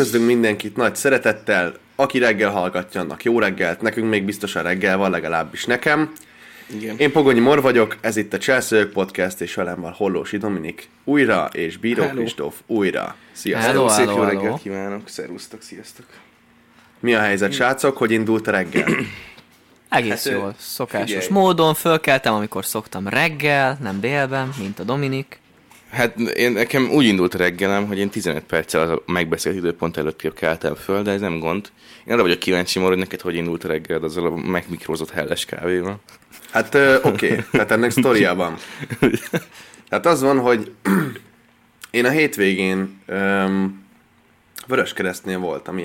Üdvözlünk mindenkit nagy szeretettel, aki reggel hallgatja, annak jó reggelt, nekünk még biztosan reggel van, legalábbis nekem. Igen. Én Pogonyi Mor vagyok, ez itt a Cselszövők Podcast, és velem van Hollósi Dominik újra, és Bíró Kristóf újra. Sziasztok! Szép jó reggelt kívánok, szervusztok, sziasztok! Mi a helyzet, srácok? Hogy indult a reggel? Egész jól, szokásos módon fölkeltem, amikor szoktam reggel, nem délben, mint a Dominik. Hát nekem úgy indult a reggelem, hogy én 15 perccel a megbeszélt időpont előtt keltem föl, de ez nem gond. Én arra vagyok kíváncsi, hogy neked hogy indult a reggel azzal a megmikrózott helles kávéval. Hát oké, tehát ennek sztoria van. Tehát az van, hogy én a hétvégén Vöröskeresztnél voltam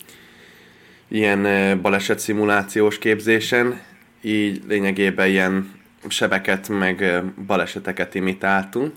ilyen baleset-szimulációs képzésen, így lényegében ilyen sebeket meg baleseteket imitáltunk,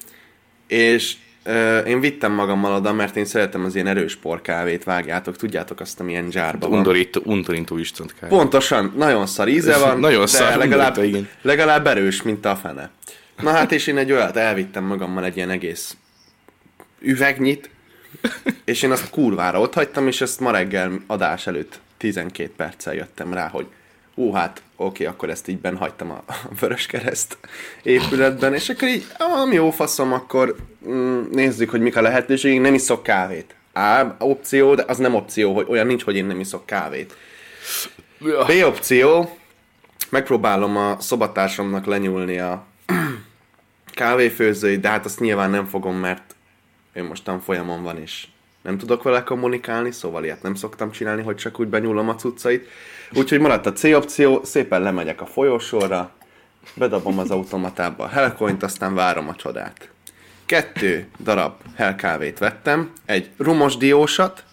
és én vittem magammal oda, mert én szeretem az ilyen erős porkávét, vágjátok, tudjátok, azt, amilyen zsárba van. Undorító instant kávé. Pontosan, nagyon szar íze van, nagyon szar, legalább erős, mint a fene. Na hát, és én egy olyat elvittem magammal, egy ilyen egész üvegnyit, és én azt kurvára ott hagytam, és ezt ma reggel adás előtt 12 perccel jöttem rá, hogy hát oké, akkor ezt így benn hagytam a Vöröskereszt épületben, és akkor így, jó faszom, akkor nézzük, hogy mik a lehetőségek, nem iszok kávét. Opció, de az nem opció, hogy olyan nincs, hogy én nem iszok kávét. B opció, megpróbálom a szobatársamnak lenyúlni a kávéfőzőit, de hát azt nyilván nem fogom, mert ő most tanfolyamon van, és nem tudok vele kommunikálni, szóval ilyet nem szoktam csinálni, hogy csak úgy benyúlom a cuccait. Úgyhogy maradt a C opció, szépen lemegyek a folyosóra, bedobom az automatába a Hellcoint, aztán várom a csodát. 2 darab hellkávét vettem, egy rumos diósat,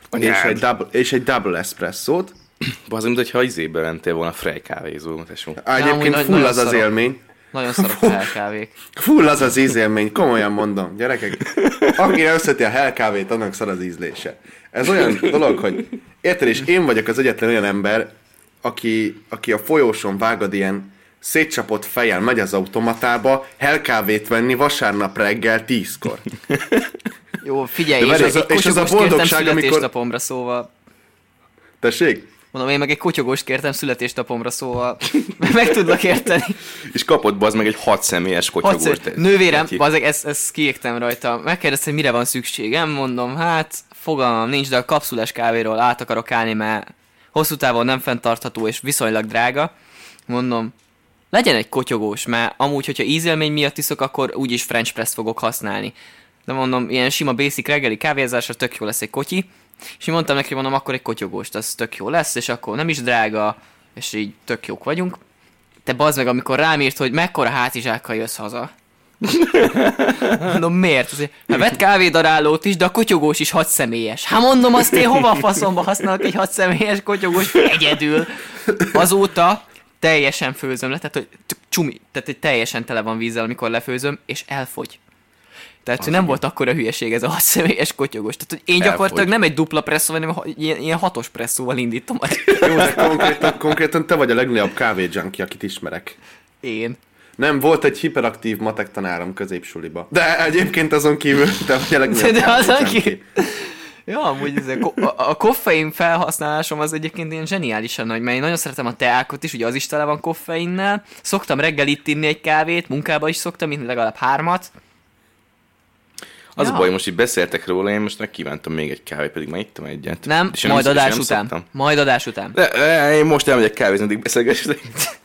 és egy double espresszót. Az, mint hogyha izébe mentél volna Frey kávézó. Egyébként full az az élmény. Nagyon szarok a hellkávék. Full az az ízélmény, komolyan mondom, gyerekek. Aki összeti a hellkávét, annak szar az ízlése. Ez olyan dolog, hogy érted, és én vagyok az egyetlen olyan ember, aki a folyóson vágad ilyen szétcsapott fejjel megy az automatába hellkávét venni vasárnap reggel 10-kor. Jó, figyelj, és az a boldogság, születésnapomra, szóval... Tessék? Mondom, én meg egy kotyogóst kértem születésnapomra, szóval meg tudlak érteni. És kapott bazd meg egy 6 személyes kotyogóst. Nővérem, bazdmeg, ezt kiégtem rajta. Megkérdezte, hogy mire van szükségem, mondom, hát fogalmam nincs, de a kapszulás kávéról át akarok állni, mert hosszú távon nem fenntartható és viszonylag drága. Mondom, legyen egy kotyogós, mert amúgy, hogyha ízélmény miatt iszok, akkor úgyis French press fogok használni. De mondom, ilyen sima basic reggeli kávézásra tök jó lesz egy kotyi. És én mondtam neki, mondom, akkor egy kotyogóst, az tök jó lesz, és akkor nem is drága, és így tök jók vagyunk. Te bazd meg, amikor rám írt, hogy mekkora hátizsákkal jössz haza. Mondom, miért? Azért, vett kávédarálót is, de a kotyogós is 6 személyes. Hát mondom, azt én hova faszomba használok egy 6 személyes kotyogós egyedül. Azóta teljesen főzöm le, tehát hogy tehát teljesen tele van vízzel, amikor lefőzöm, és elfogy. Tehát nem volt akkora hülyeség ez a 6 személyes kotyogós. Tehát, hogy én gyakorlatilag nem egy dupla presszó, hanem ilyen 6-os presszóval indítom. Jó, de konkrétan te vagy a legnagyobb kávé-junkie, akit ismerek. Én. Nem, volt egy hiperaktív matek tanárom középsuliba. De egyébként azon kívül te vagy a legnagyobb kávé-junkie. Ja, amúgy a koffein felhasználásom az egyébként ilyen zseniálisan nagy, mert én nagyon szeretem a teákot is, ugye az is tele van koffeinnel. Szoktam reggel itt inni egy kávét, munkába is szoktam inni legalább 3. Az a baj, most így beszéltek róla, én most megkívántam még egy kávét, pedig már ittam egyet. Nem, majd adás után. Szoktam. Majd adás után. De én most elmegyek kávézni, addig beszélgessek.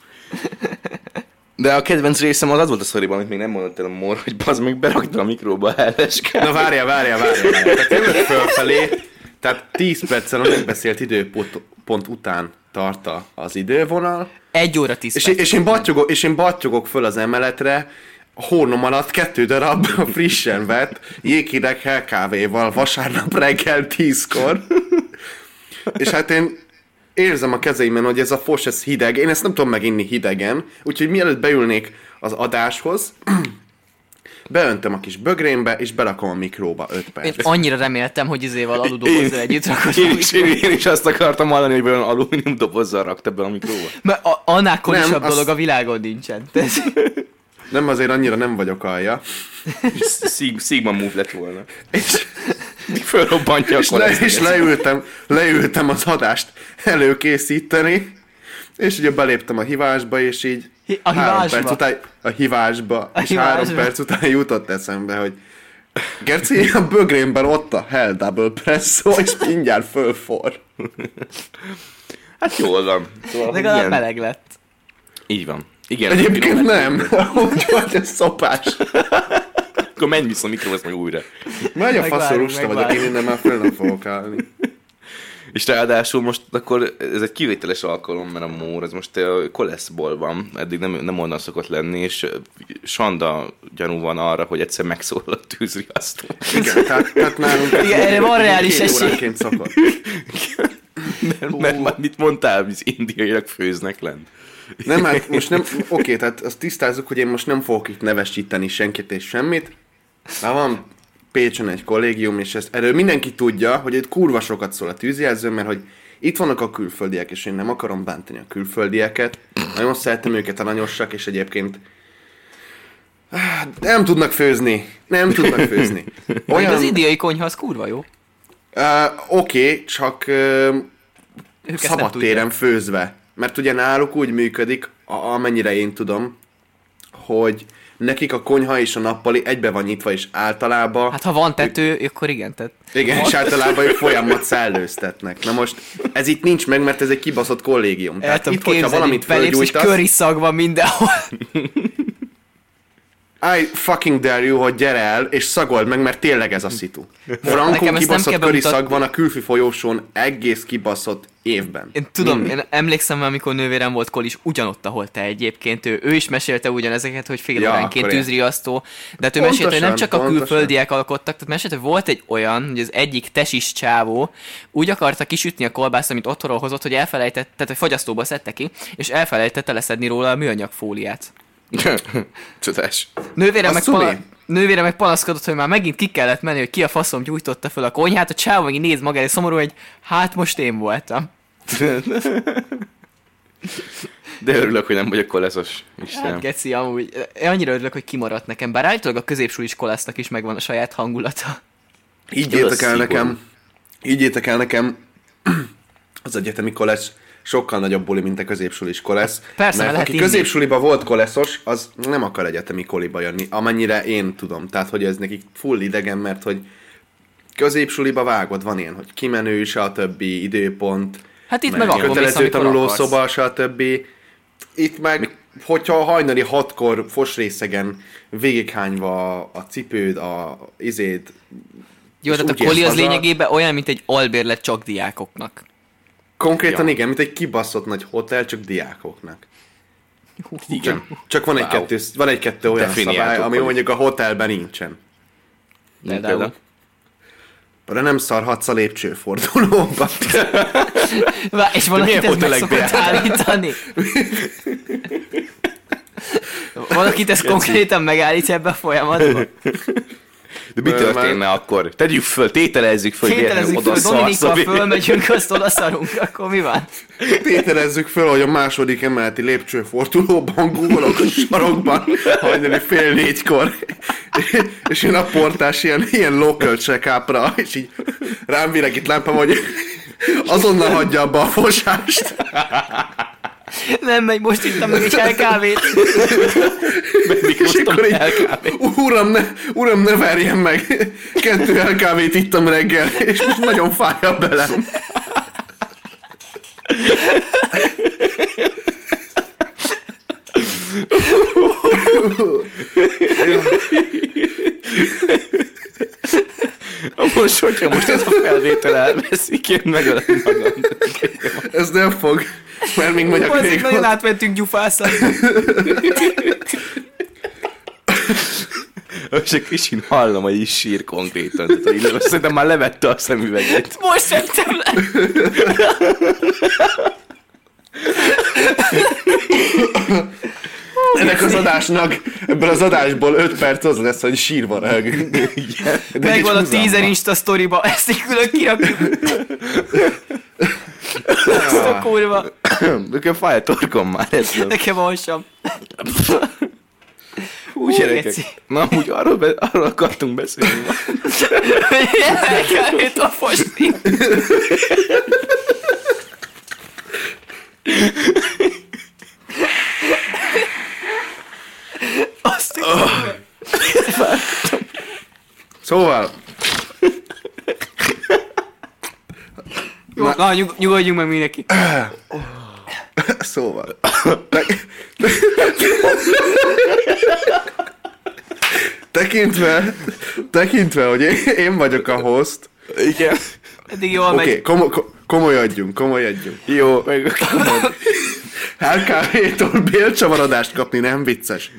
De a kedvenc részem az volt a szoriban, amit még nem mondott el a Mor, hogy bazd meg berakta a mikróba a helles kávét. Na várjál. Tehát jövök fölfelé, tehát 10 perccel a megbeszélt időpont után tart az idővonal. 1 óra 10 perc. És én battyogok föl az emeletre, a hónom alatt 2 darab frissen vett jéghideg hellkávéval vasárnap reggel 10-kor. És hát én érzem a kezeimen, hogy ez a fos, ez hideg. Én ezt nem tudom meginni hidegen, úgyhogy mielőtt beülnék az adáshoz, beöntöm a kis bögrémbe, és berakom a mikróba 5 perc. Én annyira reméltem, hogy izéval aludobozza együtt rakod. Én is azt akartam hallani, hogy olyan alumínium dobozzal rakta be a mikróba. Mert annál konisabb dolog a világon nincsen. Nem, azért annyira nem vagyok alja. Sigma move lett volna. Fölrobbantja a és leültem az adást előkészíteni, és ugye beléptem a hívásba, és így A hívásba? 3 perc után, a hívásba, és 3 perc után jutott eszembe, hogy Gerci, a bögrémben ott a Hell Double Presso, és mindjárt fölfor. Hát jól van. Szóval, Legalább igen. meleg lett. Így van. Igen, Egyébként nem, úgyhogy ez szopás. Akkor menj vissza a mikrohoz meg újra. Megy a faszol, Megvárjuk, lusta vagyok, megvárjuk. én innen már föl nem fogok állni. És ráadásul most akkor ez egy kivételes alkalom, mert a Mór, ez most a Koleszból van, eddig nem onnan szokott lenni, és Sanda gyanú van arra, hogy egyszer megszólal a tűzriasztó. Igen, tehát nálunk ez Igen, erre van reális 2 esély. óránként szokott. Mert már mit mondtál, hogy az indiaiak főznek lent? Nem, hát most nem, oké, tehát azt tisztázzuk, hogy én most nem fogok itt nevesíteni senkit és semmit. Már van Pécsen egy kollégium, és erről mindenki tudja, hogy itt kurva sokat szól a tűzjelző, mert hogy itt vannak a külföldiek, és én nem akarom bántani a külföldieket. Nagyon szeretem őket, aranyosak, és egyébként nem tudnak főzni. Nem tudnak főzni. Olyan... Az indiai konyha az kurva jó. Oké, csak Ők ezt nem szabad tudják. téren főzve. Mert ugye náluk úgy működik, amennyire én tudom, hogy nekik a konyha és a nappali egybe van nyitva, és általában... Hát ha van tető, akkor igen, tehát. Igen, és általában ők folyamat szellőztetnek. Na most ez itt nincs meg, mert ez egy kibaszott kollégium. El Tehát tudom itt, hogyha képzelni, valamit belépsz, és fölgyújtasz, köriszag van mindenhol. I fucking dare you, hogy gyere el, és szagold meg, mert tényleg ez a szitu. Frankon Nekem ezt nem kibaszott kell köriszag bemutatni. van a külfi folyósón egész kibaszott évben. Én tudom, én emlékszem, amikor nővérem volt Kolis, ugyanott, ahol te egyébként. Ő is mesélte ugyanezeket, hogy fél Ja, óránként akkor tűzriasztó. De hát ő mesélte, hogy nem csak a Pontosan. külföldiek alkottak, tehát mesélte, hogy volt egy olyan, hogy az egyik tesis csávó úgy akarta kisütni a kolbászt, amit otthonról hozott, hogy elfelejtett, tehát hogy fagyasztóba szedte ki, és elfelejtette leszedni róla a műanyag fóliát. Csodás. Nővérem meg panaszkodott, hogy már megint ki kellett menni, hogy ki a faszom gyújtotta fel a konyhát, a csávó meg így néz magára szomorú, hogy hát most én voltam. De örülök, hogy nem vagyok koleszos. Istenem. Hát geci, amúgy. Én annyira örülök, hogy kimaradt nekem, bár állítólag a középsulis kolásznak is megvan a saját hangulata. Így Ez értek az el nekem, az egyetemi kolesz sokkal nagyobb buli, mint a középsulis kolesz. Persze, mert lehet aki inni. középsuliba volt koleszos, az nem akar egyetemi koliba jönni, amennyire én tudom. Tehát, hogy ez nekik full idegen, mert hogy középsuliba vágod, van ilyen, hogy kimenő, stb. Időpont, Hát itt meg akkor mész, kötelező amikor tanulószoba, stb. Itt meg, hogyha hajnali 6-kor fosrészegen végighányva a cipőd, a izéd, Jó, és tehát a úgy érsz koli az haza. lényegében olyan, mint egy albérlet csak diákoknak. Konkrétan Ja. igen, mint egy kibaszott nagy hotel, csak diákoknak. Igen. Csak van egy-kettő olyan Definiáltuk, szabály, ami hogy- mondjuk a hotelben nincsen. Például. De nem szarhatsz a lépcsőfordulóba. És valakit milyen ez meg hotelekbe szokott állítani. Valakit ez konkrétan megállítja ebbe a folyamatban. De mi történne akkor? Tegyük föl, tételezzük föl, hogy Tételezzük föl, Dominikkal fölmegyünk, azt odaszarunk, akkor mi van? Tételezzük föl, hogy a második emeleti lépcsőfordulóban googolok a sarokban, hajnali 3:30-kor. És jön a portás ilyen local check-upra, és így rám világít lámpám, hogy azonnal hagyja abba a fosást. Nem megy, most ittam meg egy LKV-t. És akkor így, uram, ne verjen meg! 2 LKV-t ittam reggel, és most nagyon fáj a belem. Most, hogyha most ez a felvétel elveszik, én megölem magam. Ez nem fog, mert még mondjak Azért még nagyon ott. átmentünk gyufászat. Most a Krisin hallom, hogy is sír konkrétan. Tehát, hogy szerintem már levette a szemüveget. Most jöttem le. Ennek az adásnak, ebből az adásból 5 perc az lesz, hogy sírva röhögünk. Megvan a teaser Insta sztoriba, ezt így külön kirakjuk. Ezt a kurva. Nekem fáj a torkom már ezzel. Nekem a hasam. Hú, gyerekek. Geci. Na, úgy arról akartunk beszélni. El kell a fosni. Azt Szóval... Jó, na, nyugodjunk meg mindenki. Szóval... Tekintve, hogy én vagyok a host. Igen. Eddig jól megy. Oké, komolyadjunk. Jó, meg LKV-tól bélcsavarodást kapni nem vicces.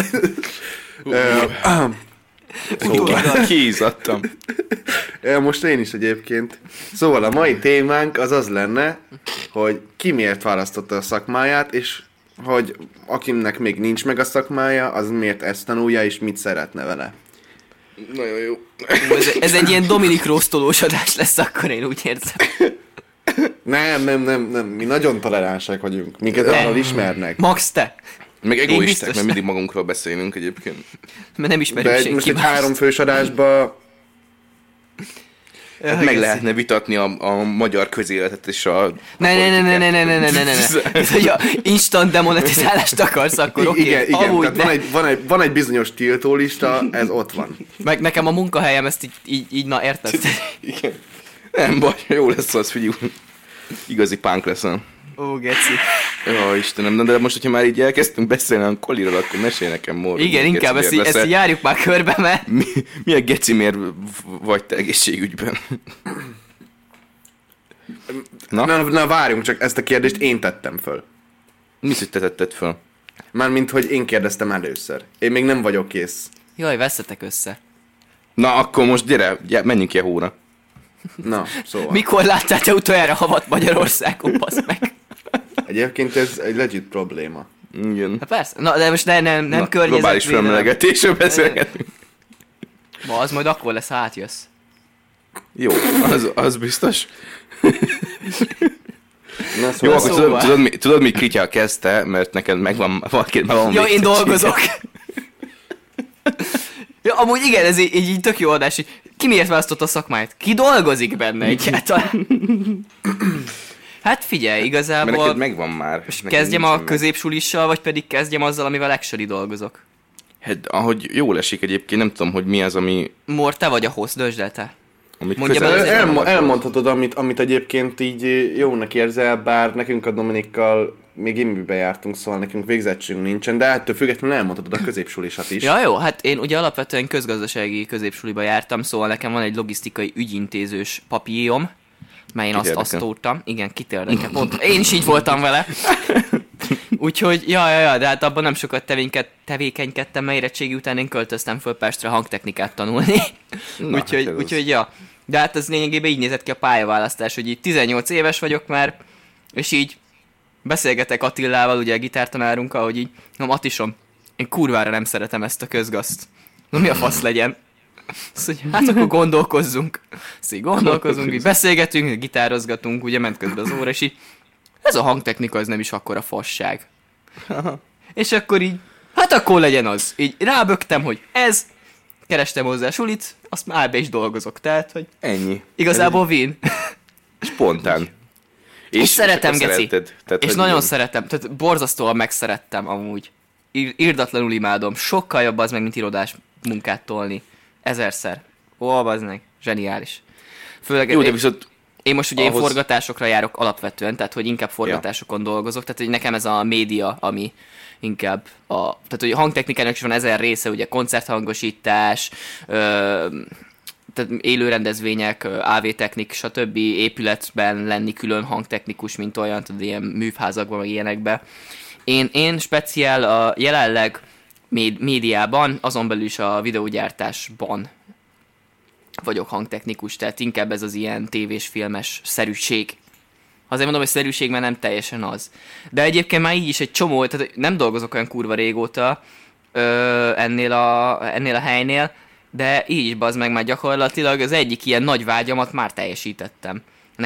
Kiizzadtam. Most én is egyébként. Szóval a mai témánk az lenne, hogy ki miért választotta a szakmáját, és hogy akinek még nincs meg a szakmája, az miért ezt tanulja, és mit szeretne vele. Nagyon jó. Ez egy ilyen Dominik Rosztolós adás lesz, akkor én úgy érzem. Nem, mi nagyon toleránsak vagyunk. Minket arról ismernek. Max, te. Meg Én egoisták, biztos mert mindig magunkról beszélünk egyébként. Mert nem ismerjük De senki most egy más. 3 fős adásba Hát meg lehetne vitatni a magyar közéletet és a Ne. Hogy a instant demonetizálást akarsz, akkor oké. igen, Amúgy tehát van egy bizonyos tiltólista, ez ott van. Meg nekem a munkahelyem ezt így na érted? Igen. Nem baj, jó lesz az, figyelj. Igazi punk leszel. Ó, geci. Jó, Istenem, de most, hogyha már így elkezdtünk beszélni a koliról, akkor mesélj nekem, Mór. Igen, inkább ezt így járjuk már körbe, mert... Milyen gecimér vagy te egészségügyben? Na várjunk, csak ezt a kérdést én tettem föl. Mit, hogy te tetted föl? Mármint, hogy én kérdeztem először. Én még nem vagyok kész. Jaj, veszetek össze. Na, akkor most gyere menjünk ki a hóra. Na, szóval. Mikor láttál te utoljára havat Magyarországon, basz meg? Egyébként ez egy legit probléma. Igen. Hát persze. Na, de most nem Globális környezetvédelem. felmelegedésről beszélgetünk. Ma az majd akkor lesz, átjössz. Jó, az biztos. Na, Jó, szóval. akkor tudod, mi Kritya kezdte, mert neked megvan Ja, én végzettsége. dolgozok. Ja, amúgy igen, ez így tök jó adás. Ki miért választott a szakmáját? Ki dolgozik benne egyáltalán? Hát figyelj, Mert igazából... neked megvan már. Most Neked kezdjem nincsen a meg. középsulissal, vagy pedig kezdjem azzal, amivel actually dolgozok? Hát, ahogy jól esik egyébként, nem tudom, hogy mi az, ami... Mor, te vagy a host, döntsd el te. amit Mondja közel- be azért, Elmondhatod, amit egyébként így jónak érzel, bár nekünk a Dominikkal még gimibe jártunk, szóval nekünk végzettségünk nincsen, de ettől függetlenül elmondhatod a középsulisat is. Ja jó, hát én ugye alapvetően közgazdasági középsuliba jártam, szóval nekem van egy logisztikai ügyintézős papírom, mely én Kit azt érdekel? írtam. Igen, kit érdekel. Pont. Én is így voltam vele. Úgyhogy, ja, de hát abban nem sokat tevékenykedtem, mert érettségi után én költöztem föl Pestre hangtechnikát tanulni. Na, hát ez az. úgyhogy, ja. De hát ez lényegében így nézett ki a pályaválasztás, hogy így 18 éves vagyok már, és így beszélgetek Attillával, ugye a gitártanárunkkal, hogy így, nem Attisom, én kurvára nem szeretem ezt a közgazt. Na mi a fasz legyen? Azt mondja, hát akkor gondolkozzunk. Azt így gondolkozunk, így beszélgetünk, gitározgatunk, ugye ment közben az óra, és így ez a hangtechnika, ez nem is akkora fasság. És akkor így, hát akkor legyen az. Így rábögtem, hogy ez, kerestem hozzá sulit, azt már be is dolgozok, tehát, hogy Ennyi. igazából win. Spontán. És szeretem, akkor geci. szeretted. Tehát, És hogy nagyon igen. szeretem, tehát borzasztóan megszerettem amúgy. Irdatlanul imádom. Sokkal jobb az meg, mint irodás munkát tolni. 1000-szer. Ó, bazd, zseniális. Főleg Jó, de viszont én most ugye én ahhoz- forgatásokra járok alapvetően, tehát hogy inkább forgatásokon dolgozok, tehát hogy nekem ez a média, ami inkább tehát hogy a hangtechnikának is van 1000 része, ugye koncerthangosítás, tehát élő rendezvények, AV technik, stb. Épületben lenni külön hangtechnikus, mint olyan, tehát ilyen művházakban, meg ilyenekben. Én speciál a jelenleg médiában, azon belül is a videógyártásban vagyok hangtechnikus, tehát inkább ez az ilyen tévés, filmes szerűség. Azért mondom, hogy szerűség, mert nem teljesen az. De egyébként már így is egy csomó, tehát nem dolgozok olyan kurva régóta ennél a helynél, de így is bazd meg már gyakorlatilag az egyik ilyen nagy vágyamat már teljesítettem. Nekem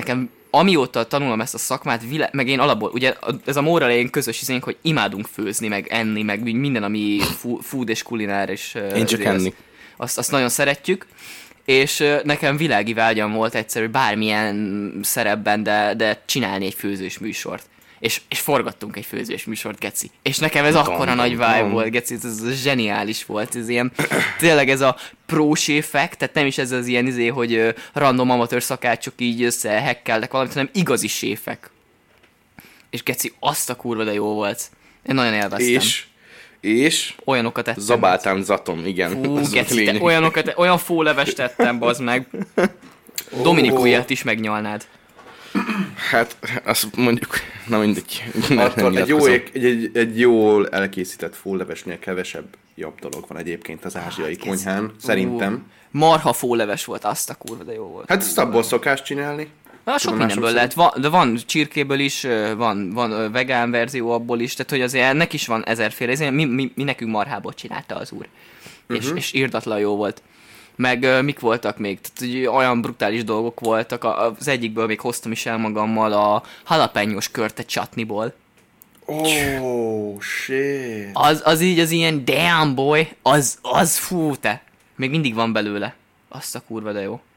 amióta tanulom ezt a szakmát, meg én alapból, ugye ez a Móra elején közös izénk, hogy imádunk főzni, meg enni, meg minden, ami food és kulináris. Én csak enni. Azt nagyon szeretjük, és nekem világi vágyam volt egyszer, hogy bármilyen szerepben, de csinálni egy főzős műsort. És forgattunk egy főzős műsort, geci. És nekem ez akkora nagy vibe volt, geci, ez zseniális volt, ez ilyen, tényleg ez a pro-séfek, tehát nem is ez az ilyen hogy random amatőr szakácsok így összehekkeltek valamit, hanem igazi séfek. És geci, azt a kurva, de jó volt. Én nagyon élveztem. És olyanokat ettem. Zabáltán zatom, igen. Fú, geci, olyan fólevest tettem, bazd meg. Dominik ujját is megnyalnád. Hát, azt mondjuk, na mindegy. Attól egy jól elkészített fóllevesnél kevesebb jobb dolog van egyébként az ázsiai konyhán, szerintem. Marha fóleves volt, azt a kurva, de jó volt. Hát ezt abból szokás csinálni. Sok mindenből lehet, de van csirkéből is, van vegán verzió abból is, tehát hogy azért ennek is van ezerféle, mi nekünk marhából csinálta az úr. És irdatlan jó volt. Meg mik voltak még? Tehát, olyan brutális dolgok voltak, az egyikből még hoztam is el magammal a jalapenyós körte chutneyból. Oh, shit. Az így, az ilyen damn boy, az fú te. Még mindig van belőle. Azt a kurva, de jó.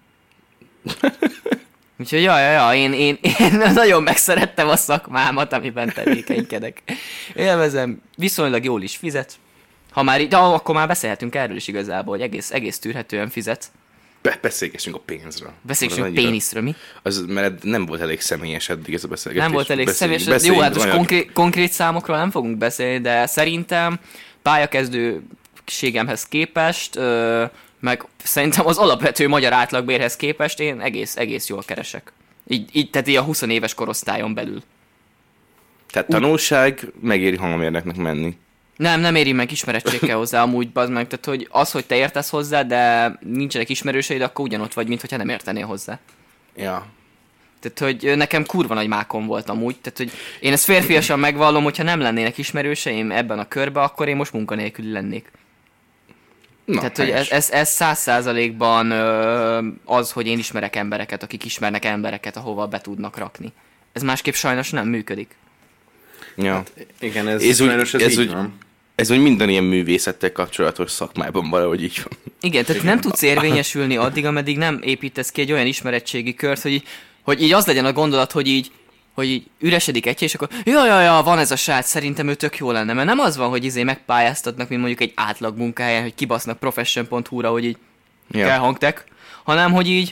Úgyhogy én nagyon megszerettem a szakmámat, amiben tevékenykedek. Élvezem, viszonylag jól is fizet. Ha már így, akkor már beszélhetünk erről is igazából, hogy egész tűrhetően fizet. Beszélgessünk a pénzről. Beszélgessünk péniszről, mi? Mert nem volt elég személyes eddig ez a beszélgetés. Nem volt elég személyes. Jó, hát most konkrét számokról nem fogunk beszélni, de szerintem pályakezdőségemhez képest, meg szerintem az alapvető magyar átlagbérhez képest én egész jól keresek. Tehát így a 20 éves korosztályon belül. Tehát tanulság, megéri hangmérnöknek menni. Nem éri meg, ismerettség kell hozzá amúgy, bazd meg. Tehát, hogy te értesz hozzá, de nincsenek ismerőseid, akkor ugyanott vagy, mintha nem értenél hozzá. Ja. Tehát, hogy nekem kurva nagy mákom volt amúgy. Tehát, hogy én ezt férfiasan megvallom, hogyha nem lennének ismerőseim ebben a körben, akkor én most munkanélküli lennék. Na, tehát, hogy ez 100%-ban az, hogy én ismerek embereket, akik ismernek embereket, ahova be tudnak rakni. Ez másképp sajnos nem működik. Ja. Hát, igen, ez így van. Ez úgy minden ilyen művészettel kapcsolatos szakmában valahogy így van. Igen, tehát nem tudsz érvényesülni addig, ameddig nem építesz ki egy olyan ismerettségi kört, hogy így az legyen a gondolat, hogy így üresedik egy, és akkor ja, van ez a srác, szerintem ő tök jó lenne. Mert nem az van, hogy megpályáztatnak, mint mondjuk egy átlag munkahelyen, hogy kibasznak profession.hu-ra, hogy így kell hangtek, hanem hogy így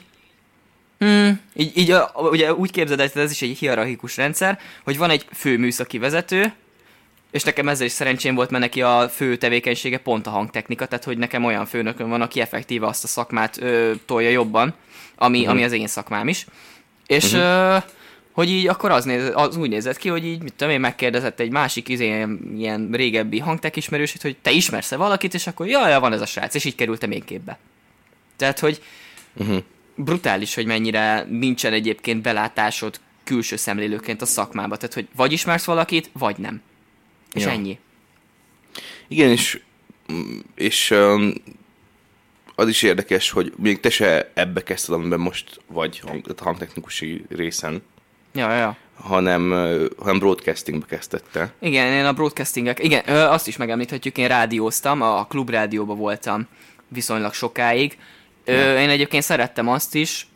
ugye úgy képzeld, hogy ez is egy hierarchikus rendszer, hogy van egy fő műszaki vezető, és nekem ezzel is szerencsém volt, mert neki a fő tevékenysége pont a hangtechnika, tehát hogy nekem olyan főnököm van, aki effektíve azt a szakmát tolja jobban, ami az én szakmám is. És hogy így akkor az úgy nézett ki, hogy így, mit tudom én, megkérdezett egy másik ilyen régebbi hangtech ismerősét, hogy te ismersz-e valakit, és akkor ja, van ez a srác, és így kerültem én képbe. Tehát, hogy brutális, hogy mennyire nincsen egyébként belátásod külső szemlélőként a szakmába. Tehát, hogy vagy ismersz valakit, vagy nem. És ennyi. Igen, és az is érdekes, hogy még te se ebbe kezdted, amiben most vagy, a hangtechnikusi részen. Ja. Hanem broadcastingbe kezdette. Igen, én a broadcastingek, azt is megemlíthetjük, én rádióztam, a klubrádióban voltam viszonylag sokáig. Én egyébként szerettem azt is.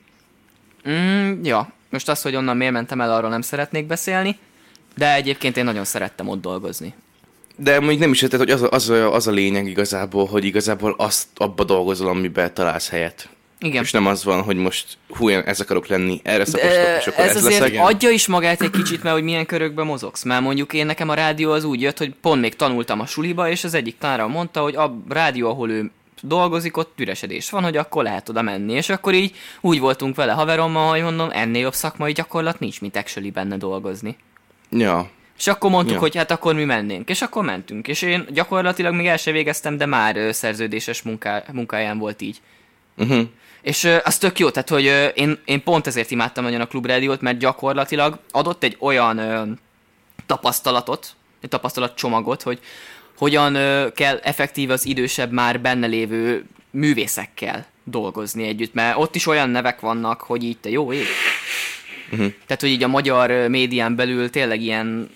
Most az, hogy onnan miért mentem el, arról nem szeretnék beszélni, de egyébként én nagyon szerettem ott dolgozni. De mondjuk nem is érted, hogy az a lényeg igazából, hogy igazából azt abba dolgozol, amiben találsz helyet. Igen. És nem az van, hogy most ez akarok lenni, erre szakostok, és akkor ez azért leszek. adja is magát egy kicsit, mert hogy milyen körökben mozogsz. Mert mondjuk nekem a rádió az úgy jött, hogy pont még tanultam a suliba, és az egyik tanárom mondta, hogy a rádió, ahol ő dolgozik, ott üresedés van, hogy akkor lehet oda menni. És akkor így úgy voltunk vele haverommal, hogy mondom, ennél jobb szakmai gyakorlat nincs, mint actually benne dolgozni. Ja. És akkor mondtuk, hogy hát akkor mi mennénk. És akkor mentünk. És én gyakorlatilag még el sem végeztem, de már szerződéses munkáján volt így. És az tök jó, tehát hogy én pont ezért imádtam nagyon a klubrádiót, mert gyakorlatilag adott egy olyan tapasztalatcsomagot, hogy hogyan kell effektív az idősebb már benne lévő művészekkel dolgozni együtt, mert ott is olyan nevek vannak, hogy így te jó ég. Tehát, hogy így a magyar médián belül tényleg ilyen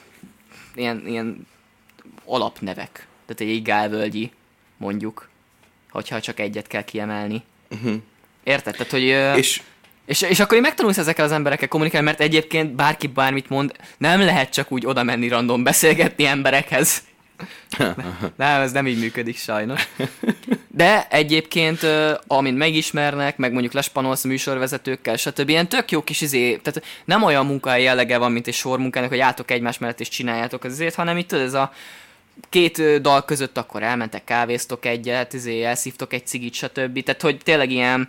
alapnevek. Tehát egy Gálvölgyi, mondjuk, hogyha csak egyet kell kiemelni. Érted? Tehát, hogy... És akkor én megtanulsz ezekkel az emberekkel kommunikálni, mert egyébként bárki bármit mond, nem lehet csak úgy oda menni random beszélgetni emberekhez. Nem, ez nem így működik sajnos. De egyébként, amint megismernek, meg mondjuk lespanolsz műsorvezetőkkel, stb. Ilyen tök jó kis tehát nem olyan munkai jellege van, mint egy sormunkának, hogy álltok egymás mellett és csináljátok azért, hanem itt ez a két dal között akkor elmentek, kávéztok egyet, elszívtok egy cigit, stb. Tehát, hogy tényleg ilyen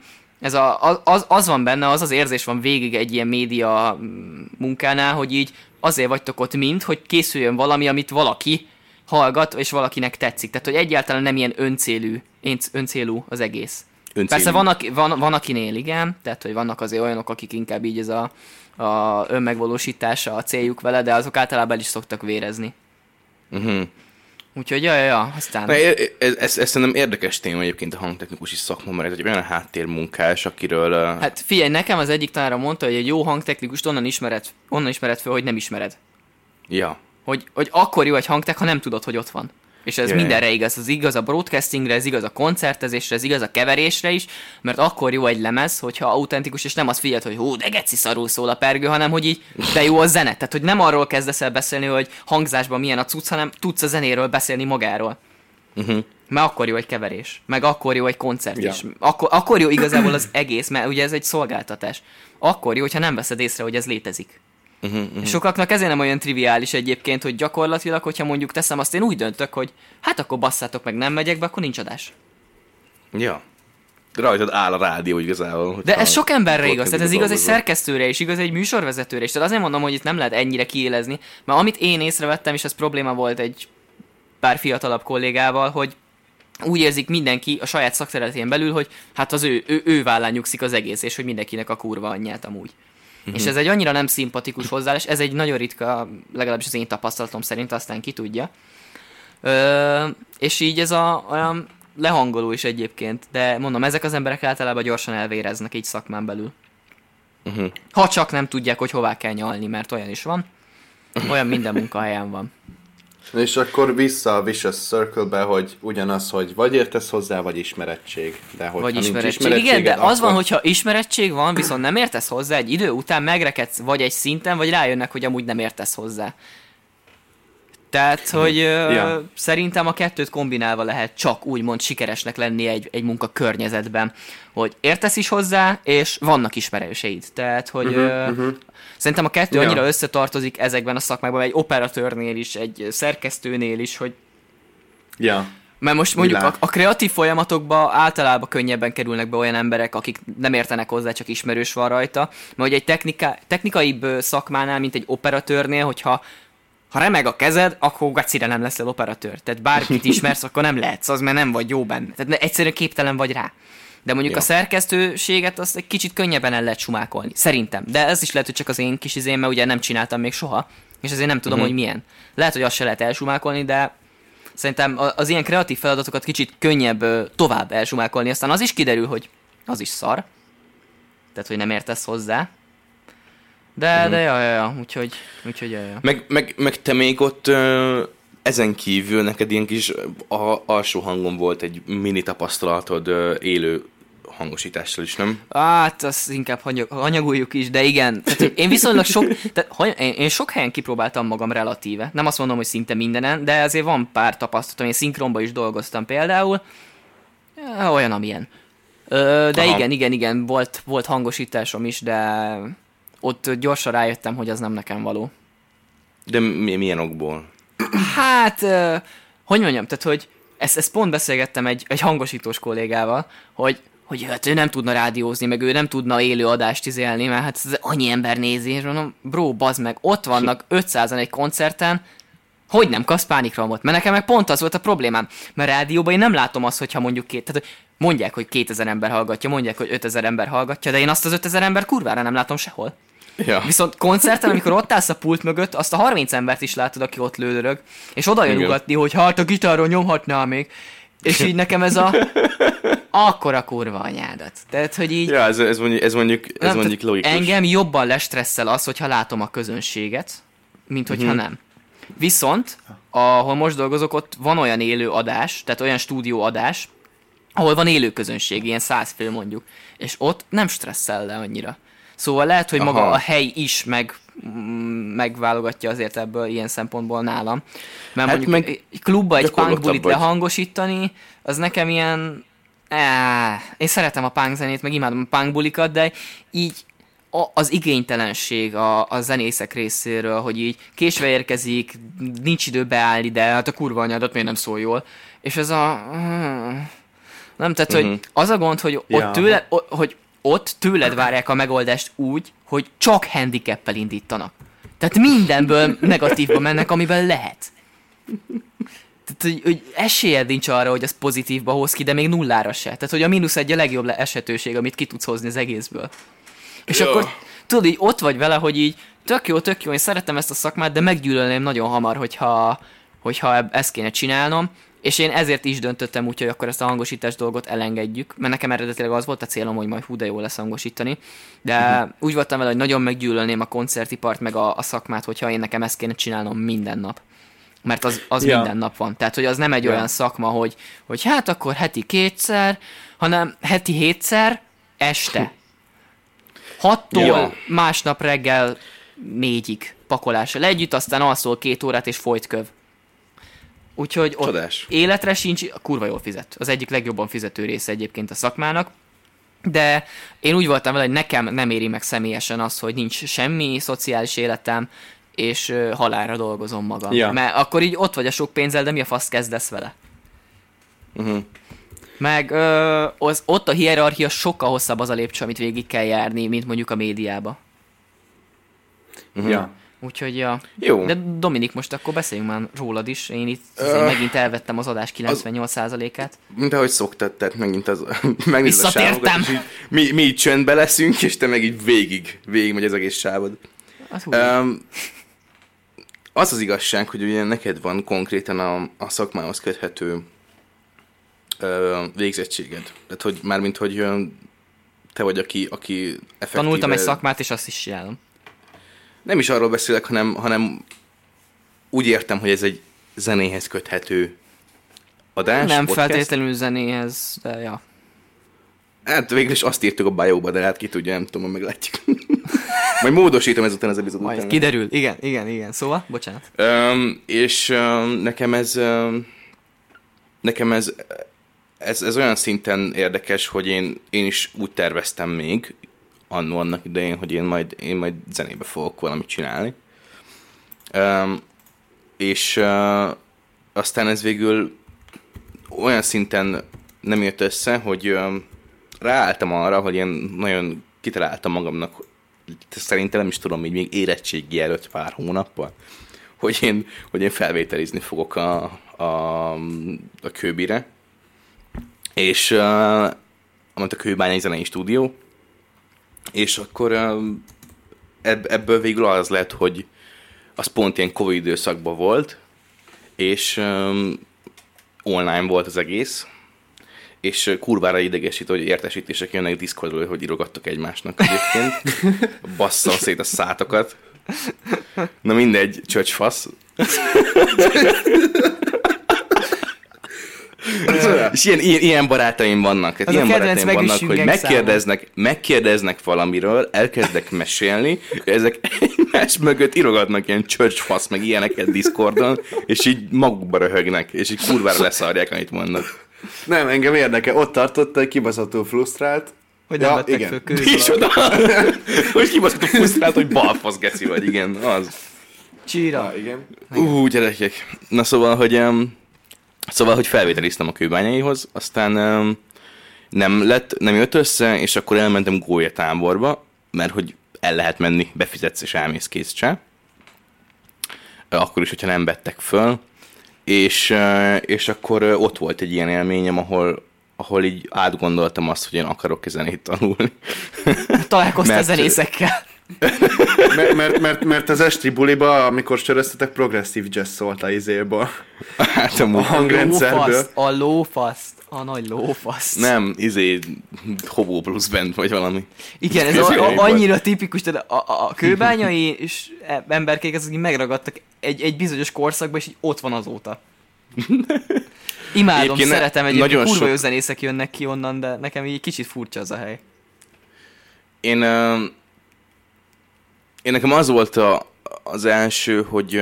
az van benne, az érzés van végig egy ilyen média munkánál, hogy így azért vagytok ott hogy készüljön valami, amit valaki hallgat, és valakinek tetszik. Tehát, hogy egyáltalán nem ilyen öncélú az egész. Persze van akinél, igen, tehát, hogy vannak azért olyanok, akik inkább így ez a önmegvalósítása a céljuk vele, de azok általában el is szoktak vérezni. Úgyhogy, aztán... Ez szerintem érdekes téma egyébként a hangtechnikusi szakma, mert ez egy olyan háttérmunkás, akiről... Hát figyelj, nekem az egyik tanára mondta, hogy egy jó hangtechnikust onnan ismered fel, hogy nem ismered. Ja. Hogy akkor jó egy hangtech, ha nem tudod, hogy ott van. És ez mindenre igaz. Ez igaz a broadcastingre, ez igaz a koncertezésre, ez igaz a keverésre is, mert akkor jó egy lemez, hogyha autentikus, és nem azt figyeld, hogy hú, de geci szarul szól a pergő, hanem hogy így, de jó a zene. Tehát, hogy nem arról kezdesz el beszélni, hogy hangzásban milyen a cucc, hanem tudsz a zenéről beszélni magáról. Mert akkor jó egy keverés, meg akkor jó egy koncert is. Akkor jó igazából az egész, mert ugye ez egy szolgáltatás. Akkor jó, hogyha nem veszed észre, hogy ez létezik. És sokaknak ezért nem olyan triviális egyébként, hogy gyakorlatilag, hogyha mondjuk teszem, azt én úgy döntök, hogy hát akkor basszátok meg, nem megyek be, akkor nincs adás. Ja. Rajtad áll a rádió igazából. De ez sok emberre igaz, tehát ez igaz egy szerkesztőre is, igaz egy műsorvezetőre is. Tehát azért mondom, hogy itt nem lehet ennyire kiélezni, mert amit én észrevettem, és ez probléma volt egy pár fiatalabb kollégával, hogy úgy érzik mindenki a saját szakterületén belül, hogy hát az ő vállán nyugszik az egész, és hogy mindenkinek a kurva anyját amúgy. És ez egy annyira nem szimpatikus hozzáállás, ez egy nagyon ritka, legalábbis az én tapasztalatom szerint, aztán ki tudja. És így ez olyan lehangoló is egyébként, de mondom, ezek az emberek általában gyorsan elvéreznek így szakmán belül. Ha csak nem tudják, hogy hová kell nyalni, mert olyan is van. Olyan minden munkahelyen van. És akkor vissza a Vicious Circle-be, hogy ugyanaz, hogy vagy értesz hozzá, vagy ismerettség. De vagy ismerettség. Igen, de az van, hogyha ismerettség van, viszont nem értesz hozzá, egy idő után megrekedsz vagy egy szinten, vagy rájönnek, hogy amúgy nem értesz hozzá. Tehát, hogy szerintem a kettőt kombinálva lehet csak úgymond sikeresnek lenni egy munka környezetben, hogy értesz is hozzá, és vannak ismerőseid. Tehát, hogy szerintem a kettő annyira összetartozik ezekben a szakmákban, egy operatőrnél is, egy szerkesztőnél is, hogy... Mert most mondjuk a kreatív folyamatokba általában könnyebben kerülnek be olyan emberek, akik nem értenek hozzá, csak ismerős van rajta. Mert hogy egy technikaibb szakmánál, mint egy operatőrnél, hogyha remeg a kezed, akkor gacire nem leszel operatőr. Tehát bárkit ismersz, akkor nem lehetsz az, mert nem vagy jó benne. Tehát egyszerűen képtelen vagy rá. De mondjuk a szerkesztőséget azt egy kicsit könnyebben el lehet sumákolni. Szerintem. De ez is lehet, hogy csak az én kis izém, mert ugye nem csináltam még soha. És azért nem tudom, hogy milyen. Lehet, hogy azt se lehet elsumákolni, de szerintem az ilyen kreatív feladatokat kicsit könnyebb tovább elsumákolni. Aztán az is kiderül, hogy az is szar. Tehát, hogy nem értesz hozzá. De úgyhogy. Meg te még ott ezen kívül neked ilyen kis alsó hangon volt egy mini tapasztalatod élő hangosítással is, nem? Hát, azt inkább hanyagoljuk is, de igen. Tehát én viszonylag én sok helyen kipróbáltam magam relatíve. Nem azt mondom, hogy szinte mindenen, de azért van pár tapasztalatom. Én szinkronban is dolgoztam például. Olyan, amilyen. De igen, volt hangosításom is, de ott gyorsan rájöttem, hogy az nem nekem való. De milyen okból? Hát, hogy mondjam, tehát, hogy ezt pont beszélgettem egy hangosítós kollégával, hogy hát ő nem tudna rádiózni, meg ő nem tudna élő adást izélni, mert hát annyi ember nézi, és mondom, bro, bazd meg, ott vannak 500-an egy koncerten, hogy nem kapsz pánikrohamot? Mert nekem meg pont az volt a problémám, mert rádióban én nem látom azt, hogyha mondjuk tehát mondják, hogy 2000 ember hallgatja, mondják, hogy 5000 ember hallgatja, de én azt az 5000 ember kurvára nem látom sehol. Ja. Viszont koncerten, amikor ott állsz a pult mögött, azt a 30 embert is látod, aki ott lődörög, és oda jön ugatni, hogy hát a gitáron nyomhatnál még. És így nekem ez akkora kurva anyádat. Tehát, hogy így... Ja, ez mondjuk logikus. Engem jobban lestresszel az, hogyha látom a közönséget, mint hogyha nem. Viszont, ahol most dolgozok, ott van olyan élő adás, tehát olyan stúdió adás, ahol van élő közönség, ilyen 100 fő mondjuk, és ott nem stresszel le annyira. Szóval lehet, hogy maga a hely is megválogatja azért ebből ilyen szempontból nálam. Mert Hát mondjuk egy klubba egy punk bulit vagy. lehangosítani, az nekem ilyen... Én szeretem a punk zenét, meg imádom a punk bulikat, de így az igénytelenség a zenészek részéről, hogy így késve érkezik, nincs idő beállni, de hát a kurva anyádat miért nem szól jól. És ez nem, tehát, hogy az a gond, hogy ott tőled várják a megoldást úgy, hogy csak handicappel indítanak. Tehát mindenből negatívba mennek, amiben lehet. Tehát, hogy esélyed nincs arra, hogy az pozitívba hoz ki, de még nullára se. Tehát, hogy a -1 a legjobb esetőség, amit ki tudsz hozni az egészből. És akkor tudod, így ott vagy vele, hogy így tök jó, én szeretem ezt a szakmát, de meggyűlölném nagyon hamar, hogyha ezt kéne csinálnom, és én ezért is döntöttem úgy, hogy akkor ezt a hangosítás dolgot elengedjük, mert nekem eredetileg az volt a célom, hogy majd hú de jó lesz hangosítani, de úgy voltam vele, hogy nagyon meggyűlölném a koncertipart, meg a szakmát, hogyha én nekem ezt kéne csinálnom minden nap. Mert az minden nap van. Tehát, hogy az nem egy olyan szakma, hogy hát akkor heti 2-szer, hanem heti 7-szer este. 6-tól másnap reggel 4-ig pakolással együtt, aztán alszol 2 órát és folyt köv. Úgyhogy ott életre sincs, kurva jól fizet. Az egyik legjobban fizető része egyébként a szakmának. De én úgy voltam vele, hogy nekem nem éri meg személyesen az, hogy nincs semmi szociális életem, és halálra dolgozom magam. Ja. Mert akkor így ott vagy a sok pénzzel, de mi a fasz kezdesz vele? Meg ott a hierarchia sokkal hosszabb az a lépcső, amit végig kell járni, mint mondjuk a médiába. Ja. Úgyhogy, Jó. De Dominik, most akkor beszéljünk már rólad is. Én itt megint elvettem az adás 98%-át. Mint ahogy szoktad, tehát megint az... Visszatértem! Mi így csöndbe leszünk, és te meg így végig megy az egész sávod. Az igazság, hogy ugye neked van konkrétan a szakmához köthető végzettséged. Tehát, hogy mármint, hogy te vagy, aki effektíve... Tanultam egy szakmát, és azt is csinálom. Nem is arról beszélek, hanem úgy értem, hogy ez egy zenéhez köthető adás, nem podcast. Feltétlenül zenéhez, de ja. Hát végül is azt írtuk a bio-ba, de hát ki tudja, nem tudom, meglátjuk. Majd módosítom ezután az epizód után. Majd kiderül, igen. Szóval, bocsánat. És nekem ez olyan szinten érdekes, hogy én is úgy terveztem még annak idején, hogy én majd zenébe fogok valamit csinálni. És aztán ez végül olyan szinten nem jött össze, hogy ráálltam arra, hogy én nagyon kitaláltam magamnak, szerintem nem is tudom, így még érettségi előtt pár hónappal, hogy én felvételizni fogok a Kőbire, és amint a Kőbányai Zenei Stúdió, és akkor ebből végül az lett, hogy az pont ilyen Covid időszakban volt, és online volt az egész, és kurvára idegesít, hogy értesítések jönnek Discordról, hogy írogattak egymásnak egyébként. Basszam szét a szátokat. Na mindegy, csöcsfasz. És ilyen barátaim vannak. Hát ilyen barátaim vannak, hogy megkérdeznek valamiről, elkezdek mesélni, ezek egymás mögött írogatnak ilyen csöcsfasz, meg ilyeneket Discordon, és így magukba röhögnek, és így kurvára leszarják, amit mondnak. Nem, engem érdekel. Ott tartott, hogy kibaszottul frusztrált. Hogy nem vettek föl kőzalatt. Hogy kibaszottul frusztrált, hogy balfasz geci vagy, igen, az. Csíra. Igen. Gyerekek. Na szóval, hogy felvételiztem a Kőbányaihoz, aztán nem jött össze, és akkor elmentem gólyatáborba, mert hogy el lehet menni, befizetsz és elmész, kész se. Akkor is, hogyha nem vettek föl. És akkor ott volt egy ilyen élményem, ahol így átgondoltam azt, hogy én akarok zenét tanulni. Találkoztál zenészekkel. Mert az esti buliba, amikor söröztetek, progresszív jazz szólt a izéból. Hát A hangrendszerből. A lófaszt. A nagy lófaszt. Nem, Hobo Blues Band, vagy valami. Igen, ez annyira tipikus, tehát a kőbányai és emberkék azok így megragadtak egy bizonyos korszakban, és így ott van azóta. Imádom, Egyébként szeretem, egyébként nagyon kurva sok- jó zenészek jönnek ki onnan, de nekem így kicsit furcsa az a hely. Én nekem az volt az első, hogy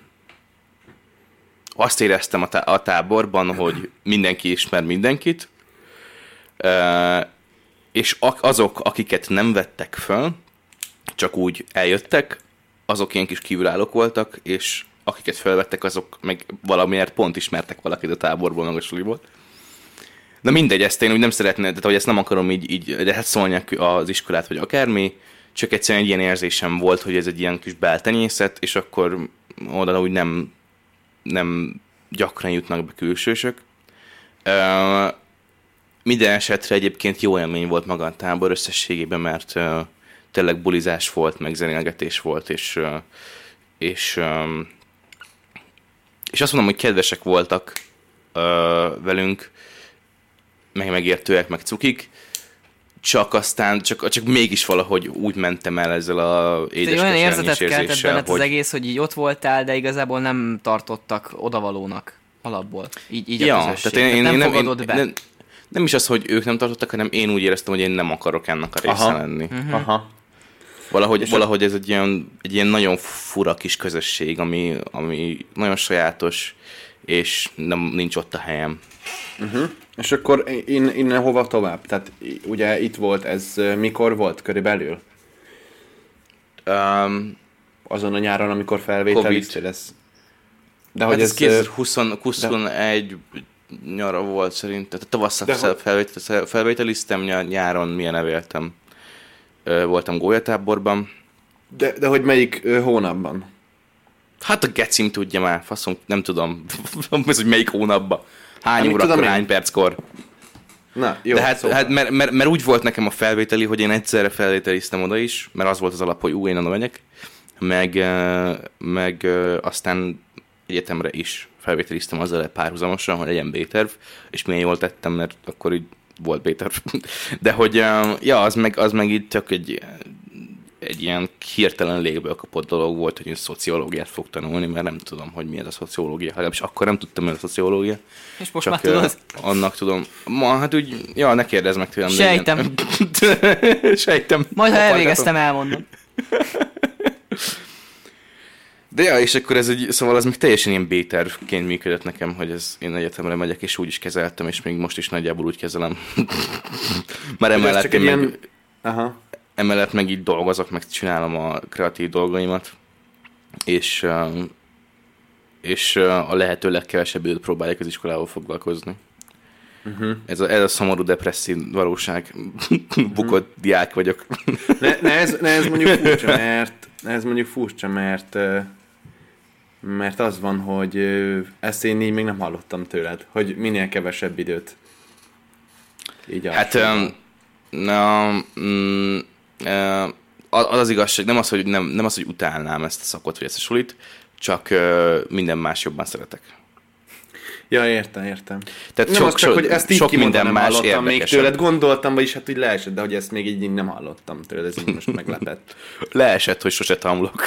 azt éreztem a táborban, hogy mindenki ismer mindenkit, és azok, akiket nem vettek föl, csak úgy eljöttek, azok ilyen kis kívülállók voltak, és akiket felvettek, azok meg valamiért pont ismertek valakit a táborból, meg a suliból. Na mindegy, ezt én úgy nem szeretném, tehát hogy ezt nem akarom így lehet szólni az iskolát, vagy akármi, csak egyszerűen egy ilyen érzésem volt, hogy ez egy ilyen kis beltenyészet, és akkor oda úgy nem gyakran jutnak be külsősök. Minden esetre egyébként jó élmény volt maga a tábor összességében, mert tényleg bulizás volt, meg zenélgetés volt, és azt mondom, hogy kedvesek voltak velünk, meg megértőek, meg cukik, csak aztán, csak mégis valahogy úgy mentem el ezzel a édes olyan kesernyés érzetet keltett érzéssel, benned az egész, hogy így ott voltál, de igazából nem tartottak odavalónak alapból. Így a közösség. tehát én nem nem, fogadod be. nem is az, hogy ők nem tartottak, hanem én úgy éreztem, hogy én nem akarok ennek a része lenni. Aha. Valahogy ez egy ilyen nagyon fura kis közösség, ami nagyon sajátos, és nincs ott a helyem. És akkor innen hova tovább? Tehát ugye itt volt, ez mikor volt körülbelül? Azon a nyáron, amikor felvételiztél ez? De Hát hogy ez 2021 nyara volt szerintem. Tehát tavasszal felvételiztem, nyáron milyen evéltem. Voltam gólyatáborban. De hogy melyik hónapban? Hát a gecim tudja már, faszom, nem tudom, ez, hogy melyik hónapban. Hány Amit órakor, tudom én. hány perckor. Na, jó. De szóval. hát mert úgy volt nekem a felvételi, hogy én egyszerre felvételiztem oda is, mert az volt az alap, hogy én oda megyek, meg aztán egyetemre is felvételiztem azzal párhuzamosan, hogy legyen B-terv, és milyen jól tettem, mert akkor így volt B-terv. De hogy, ja, az meg így csak egy ilyen hirtelen légből kapott dolog volt, hogy én szociológiát fog tanulni, mert nem tudom, hogy mi ez a szociológia. Legalábbis akkor nem tudtam, mi a szociológia. És most csak már tudod. Annak tudom. Hát úgy, ja, ne kérdezz meg tőlem. Sejtem. Sejtem. Majd ha elvégeztem, elmondom. De ja, és akkor szóval ez még teljesen ilyen B-tervként működött nekem, hogy én egyetemre megyek, és úgy is kezeltem, és még most is nagyjából úgy kezelem. Már emellett meg így dolgozok, meg csinálom a kreatív dolgaimat, és a lehető legkevesebb időt próbálják az iskolával foglalkozni. Ez a szomorú, depresszív valóság. Bukott diák vagyok. Ez mondjuk furcsa, mert az van, hogy ezt én így még nem hallottam tőled, hogy minél kevesebb időt. Így hát az igazság, nem az, hogy utálnám ezt a szakot, vagy ezt a sulit, csak minden más jobban szeretek. Ja, értem. Tehát nem csak, hogy ezt így sok minden nem más hallottam még érdekesebb. tőled, gondoltam, vagyis hát úgy leesett, de hogy ezt még így nem hallottam tőled, ez így most meglepett. Leesett, hogy sose tanulok.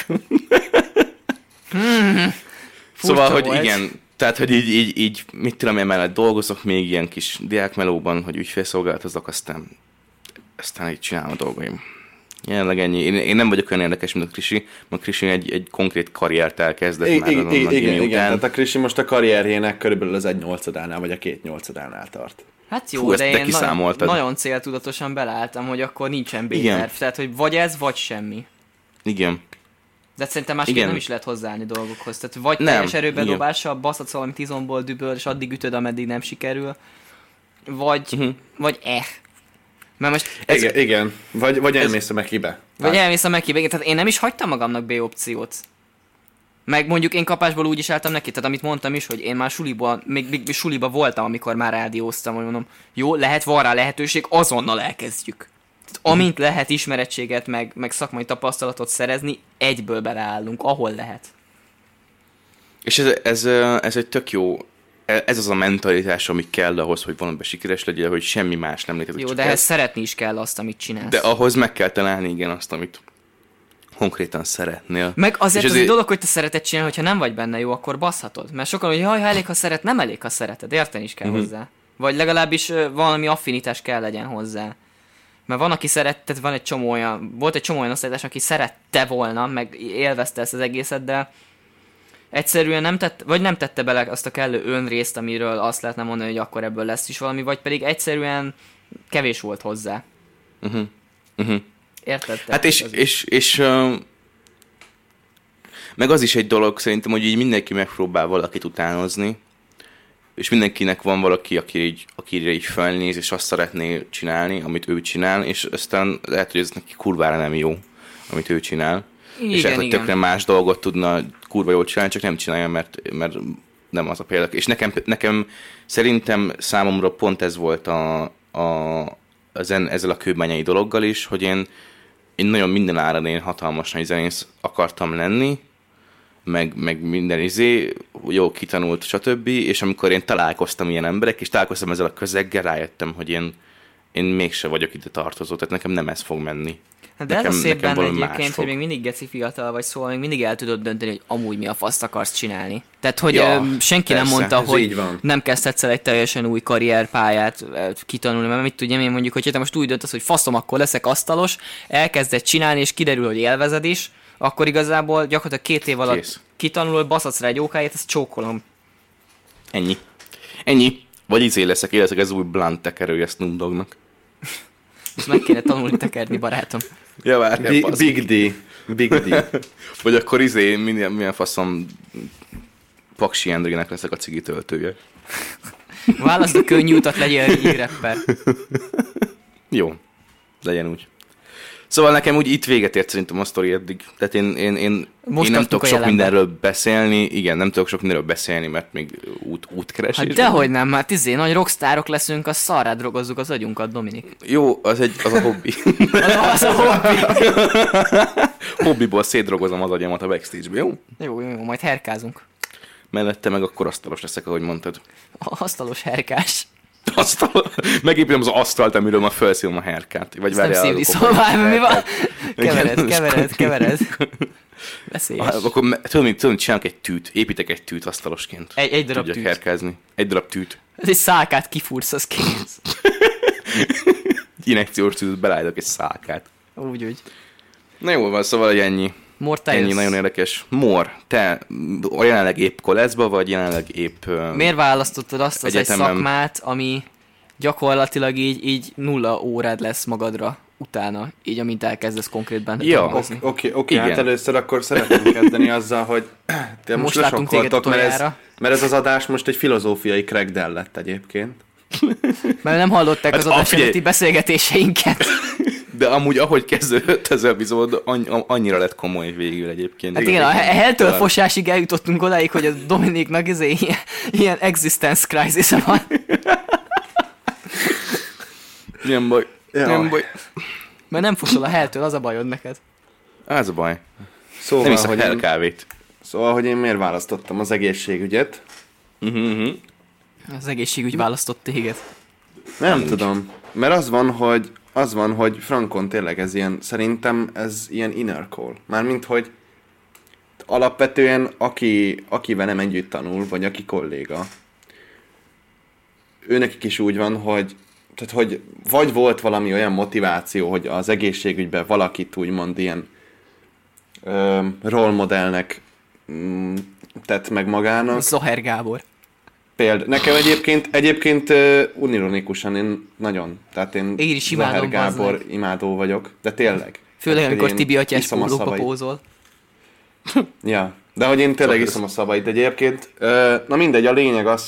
Szóval, hogy volt. igen, tehát, hogy így mit tudom, én mellett dolgozok még ilyen kis diákmelóban, hogy ügyfélszolgáltozok, aztán így csinálom a dolgaim. Jelenleg ennyi. Én nem vagyok olyan érdekes, mint a Krisi, mert a Krisi egy konkrét karriert elkezdett már azon a Igen, után. tehát a Krisi most a karrierjének körülbelül az 1/8-ánál, vagy a 2/8-ánál tart. Hát jó, Fú, ezt de te én kiszámoltad. nagyon céltudatosan beleálltam, hogy akkor nincsen Igen. B-terv. Tehát, hogy vagy ez, vagy semmi. Igen. De szerintem másképp Igen. nem is lehet hozzáállni dolgokhoz. Tehát vagy Nem, teljes erőben igen. dobással baszhatsz valamit izomból, düböl, és addig ütöd, ameddig nem sikerül. Vagy Mert most Igen. Vagy elmész a Mekibe. vagy elmész a Mekibe, tehát én nem is hagytam magamnak B opciót. Meg mondjuk én kapásból úgy is álltam neki, tehát amit mondtam is, hogy én már még suliba voltam, amikor már rádióztam, hogy mondom, jó, van rá lehetőség, azonnal elkezdjük. Amint lehet ismerettséget, meg szakmai tapasztalatot szerezni, egyből beleállunk, ahol lehet. És ez egy tök jó, ez az a mentalitás, ami kell ahhoz, hogy valamiben sikeres legyél, hogy semmi más nem létezik. Jó, de ehhez szeretni is kell azt, amit csinálsz. De ahhoz meg kell találni, igen, azt, amit konkrétan szeretnél. Meg azért és az egy dolog, hogy te szereted csinálni, hogyha nem vagy benne jó, akkor baszhatod. Mert sokan, hogy jaj, ha elég, ha szeret, nem elég, ha szereted. Érteni is kell hozzá. Vagy legalábbis valami affinitás kell legyen hozzá. Mert van, aki szerette, volt egy csomó olyan osztálytárs, aki szerette volna, meg élvezte ezt az egészet, de egyszerűen nem tette bele azt a kellő önrészt, amiről azt lehetne mondani, hogy akkor ebből lesz is valami, vagy pedig egyszerűen kevés volt hozzá. Érted? Hát és meg az is egy dolog szerintem, hogy így mindenki megpróbál valakit utánozni, és mindenkinek van valaki, akire így felnéz, és azt szeretné csinálni, amit ő csinál, és aztán lehet, hogy ez neki kurvára nem jó, amit ő csinál. Igen, és lehet, hogy igen. tökre más dolgot tudna kurva jól csinálni, csak nem csinálja, mert nem az a példa. És nekem szerintem számomra pont ez volt ezzel a kőbányai dologgal is, hogy én nagyon minden áron én hatalmas nagy zenész akartam lenni, meg minden jó kitanult, stb. És amikor én találkoztam ilyen emberek, és találkoztam ezzel a közeggel, rájöttem, hogy én mégse vagyok ide tartozó, tehát nekem nem ez fog menni. De ez a szép benne egyébként, hogy még mindig geci fiatal vagy, szóval még mindig el tudod dönteni, hogy amúgy mi a faszt akarsz csinálni. Tehát, hogy senki persze, nem mondta, hogy van. nem kezdhetsz el egy teljesen új karrierpályát kitanulni, mert mit tudjam én mondjuk, hogy te most úgy döntesz, hogy faszom, akkor leszek asztalos, elkezded csinálni, és kiderül, hogy élvezed is, akkor igazából gyakorlatilag 2 év alatt Kész. kitanulod, baszhatsz rá egy ókáját, ezt csókolom. Ennyi. Vagy leszek ez új blunt tekerője Snoop Doggnak. Ezt meg kéne tanulni tekerni, barátom. Ja, várjál, Big D. Vagy akkor milyen faszom Paksi Endrének leszek a cigi töltője. Válaszd a könnyű utat, legyél rapper. Jó, legyen úgy. Szóval nekem úgy itt véget ért szerintem a sztori eddig. Tehát én nem tudok sok mindenről beszélni. Igen, nem tudok sok mindenről beszélni, mert még útkeresés. Hát dehogy nem, hát nagy rockstárok leszünk, azt szarrá drogozzuk az agyunkat, Dominik. Jó, az a hobbi. Az a hobbi. Hobbiból szétdrogozom az agyamat a backstage-be, jó? Jó, majd herkázunk. Mellette meg akkor asztalos leszek, ahogy mondtad. Asztalos herkás. Megépítem az asztalt, amiről ma felszívom a herkát. Vagy nem szívni, szóval mi van? Kevered. Veszélyes. Akkor tudom, csinálok egy tűt. Építek egy tűt asztalosként. Egy darab tudjak tűt. herkázni. Egy darab tűt. Ez egy szálkát kifúrsz, az kész. Injekciós tűt, belállítok egy szálkát. Úgy. Na jó van, szóval, hogy ennyi. Ennyi nagyon érdekes. Te jelenleg épp koleszba, vagy jelenleg épp miért választottad azt az egyetemen? Egy szakmát, ami gyakorlatilag így 0 órád lesz magadra utána, így amint elkezdesz konkrétben dolgozni? Oké, hát először akkor szeretném kezdeni azzal, hogy te most látunk téged mert ez az adás most egy filozófiai crackdown lett egyébként. Mert nem hallották az adás előtti beszélgetéseinket. De amúgy, ahogy kezdődött ez az epizód, annyira lett komoly végül egyébként. Hát igen, a helltől fosásig eljutottunk odáig, hogy a Dominiknak ilyen existence crisis van. Nem baj. Nem baj. Mert nem fosol a helltől, az a bajod neked. Az a baj. Szóval, nem iszak hell kávét. Szóval, hogy én miért választottam az egészségügyet? Az egészségügy választott téged. Nem tudom. Mert az van, hogy frankon tényleg ez ilyen, szerintem ez ilyen inner call. Mármint, hogy alapvetően akivel nem együtt tanul, vagy aki kolléga, őnekik is úgy van, hogy vagy volt valami olyan motiváció, hogy az egészségügyben valakit úgymond ilyen role modellnek tett meg magának. Zoher Gábor. Nekem egyébként unironikusan én nagyon, tehát én Zoher Gábor imádó vagyok, de tényleg. Főleg, amikor Tibi atyás pólóba pózol. Ja, de hogy én tényleg iszom a szavait egyébként. Na mindegy, a lényeg az,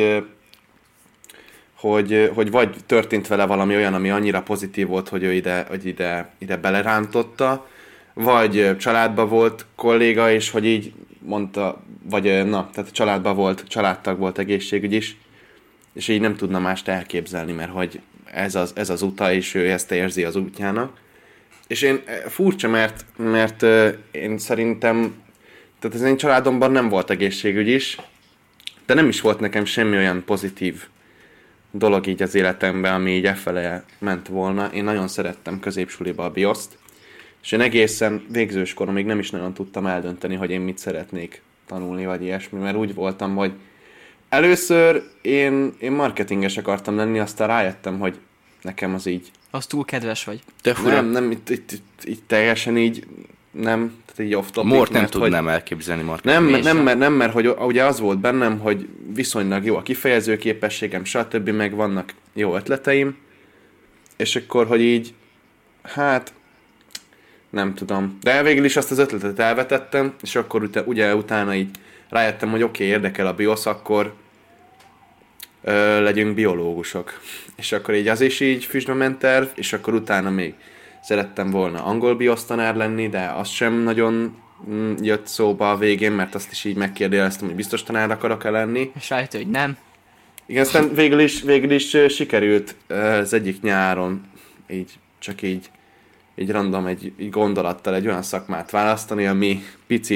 hogy vagy történt vele valami olyan, ami annyira pozitív volt, hogy ő ide belerántotta, vagy családban volt kolléga, és hogy így mondta, tehát családtag volt egészségügy is, és így nem tudna mást elképzelni, mert hogy ez az uta, és ő ezt érzi az útjának. És én furcsa, mert én szerintem, tehát az én családomban nem volt egészségügy is, de nem is volt nekem semmi olyan pozitív dolog így az életemben, ami így effele ment volna. Én nagyon szerettem középsuliba a bioszt, és én egészen végzős koromig nem is nagyon tudtam eldönteni, hogy én mit szeretnék tanulni, vagy ilyesmi, mert úgy voltam, hogy először én marketinges akartam lenni, aztán rájöttem, hogy nekem az így... Az túl kedves vagy. Nem, itt teljesen így, nem, tehát így off topic. Mort nem tudnám elképzelni Nem, mert hogy ugye az volt bennem, hogy viszonylag jó a kifejező képességem, stb. Meg vannak jó ötleteim, és akkor, hogy így, hát, nem tudom. De végül is azt az ötletet elvetettem, és akkor ugye utána így rájöttem, hogy oké, érdekel a biosz, akkor legyünk biológusok. És akkor így az is így füstbe ment terv, és akkor utána még szerettem volna angol biosztanár lenni, de az sem nagyon jött szóba a végén, mert azt is így megkérdeztem, hogy biztos tanár akarok-e lenni. És rájöttél, hogy nem. Igen, aztán végül is sikerült az egyik nyáron így, csak így random egy gondolattal egy olyan szakmát választani, ami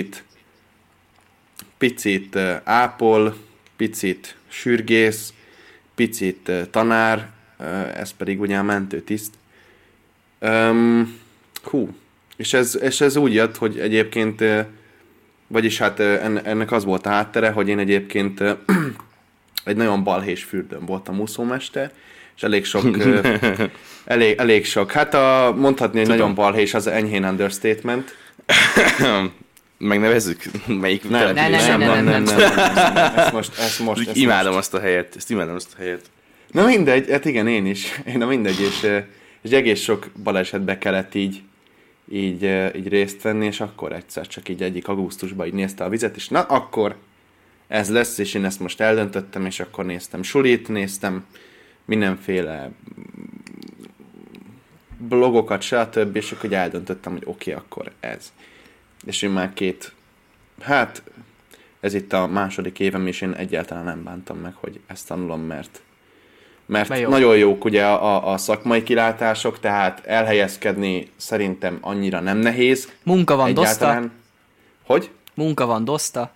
picit ápol, picit sürgész, picit tanár, ez pedig ugye a mentőtiszt. És ez úgy jött, hogy egyébként, vagyis hát ennek az volt a háttere, hogy én egyébként egy nagyon balhés fürdőn voltam úszómester, és elég sok, hát mondhatni, hogy nagyon balhés, az enyhén understatement. Megnevezzük? Melyik Nem. Ezt most. Imádom azt a helyet. Na mindegy, hát igen, én is. És egész sok balesetbe kellett így részt venni, és akkor egyszer csak így egyik augusztusban így nézte a vizet, és na akkor ez lesz, és én ezt most eldöntöttem, és akkor néztem sulit, néztem mindenféle blogokat, stb. És akkor eldöntöttem, hogy oké, akkor ez. És én már ez itt a második évem, és én egyáltalán nem bántam meg, hogy ezt tanulom, mert nagyon jók ugye a szakmai kilátások, tehát elhelyezkedni szerintem annyira nem nehéz. Munka van, doszta. Hogy? Munka van, doszta.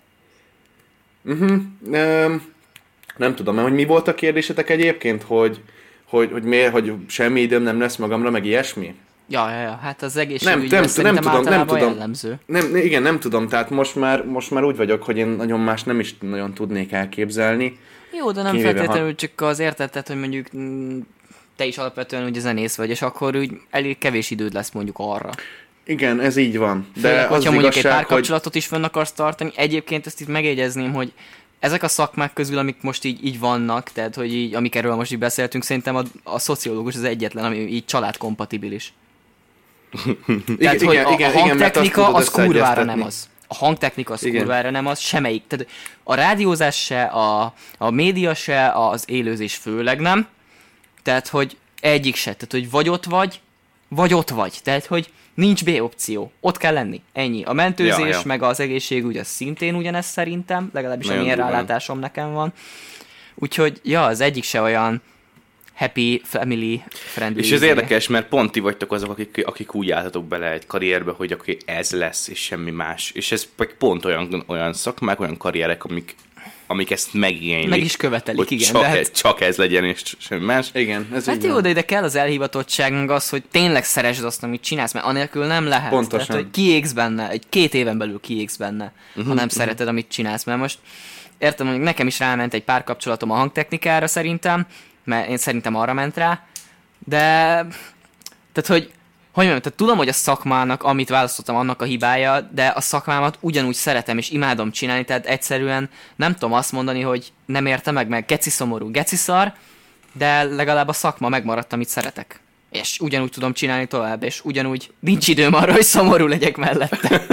Nem tudom, hogy mi volt a kérdésetek egyébként, hogy miért, hogy semmi időm nem lesz magamra, meg ilyesmi? Ja, hát az egészségügyben szerintem általában jellemző. Nem tudom, tehát most már úgy vagyok, hogy én nagyon más nem is nagyon tudnék elképzelni. Jó, de nem feltétlenül csak az értetted, hogy mondjuk te is alapvetően ugye zenész vagy, és akkor úgy elég kevés időd lesz mondjuk arra. Igen, ez így van. De főleg, hogyha mondjuk egy párkapcsolatot is fönn akarsz tartani, egyébként ezt itt megjegyezném, hogy ezek a szakmák közül, amik most így vannak, tehát hogy így, amikről most így beszéltünk, szerintem a szociológus az egyetlen, ami így családkompatibilis. Tehát, hogy a hangtechnika az kurvára nem az. A hangtechnika az kurvára nem az, semmelyik. Tehát a rádiózás se, a média se, az élőzés főleg nem. Tehát, hogy egyik se. Tehát, hogy vagy ott vagy. Tehát, hogy nincs B opció. Ott kell lenni. Ennyi. A mentőzés, meg az egészségügy az szintén ugyanez szerintem. Legalábbis amilyen rálátásom nekem van. Úgyhogy, az egyik se olyan happy, family, friendly. És ez érdekes, mert pont ti vagytok azok, akik úgy álltatok bele egy karrierbe, hogy akkor ez lesz, és semmi más. És ez pont olyan szakmák, olyan karrierek, amik ezt megigénylik. Meg is követelik, igen. Csak ez legyen, és semmi más. Igen, ez hát jó, de ide kell az elhivatottság, meg az, hogy tényleg szeresd azt, amit csinálsz, mert anélkül nem lehet. Pontosan. Tehát, hogy kiégsz benne, 2 éven belül kiégsz benne, ha nem szereted, amit csinálsz. Mert most értem, hogy nekem is ráment egy párkapcsolatom a hangtechnikára szerintem, mert én szerintem arra ment rá, de tehát, hogy mondjam, tehát tudom, hogy a szakmának, amit választottam, annak a hibája, de a szakmámat ugyanúgy szeretem, és imádom csinálni, tehát egyszerűen nem tudom azt mondani, hogy nem érte meg geci szomorú, geci szar, de legalább a szakma megmaradt, amit szeretek. És ugyanúgy tudom csinálni tovább, és ugyanúgy nincs időm arra, hogy szomorú legyek mellette.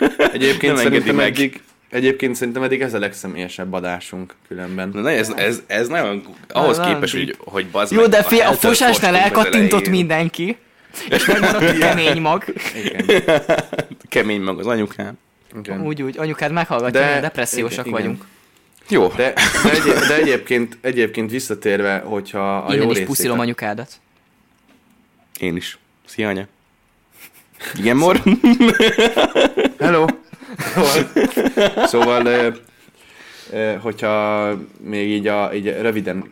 Egyébként szerintem eddig ez a legszemélyesebb adásunk különben. Na, ez nagyon ahhoz képest, hogy bazd meg. Jó, de a fosásnál elkattintott mindenki, és megmaradt a kemény mag. Igen. Kemény mag az anyukám. Úgy, anyukád meghallgatja, hogy depressziósak vagyunk. Jó. De egyébként visszatérve, hogyha a innen jó is puszilom anyukádat. Én is. Szia, anya. Igen, Mor? Hello! Szóval, hogyha még így röviden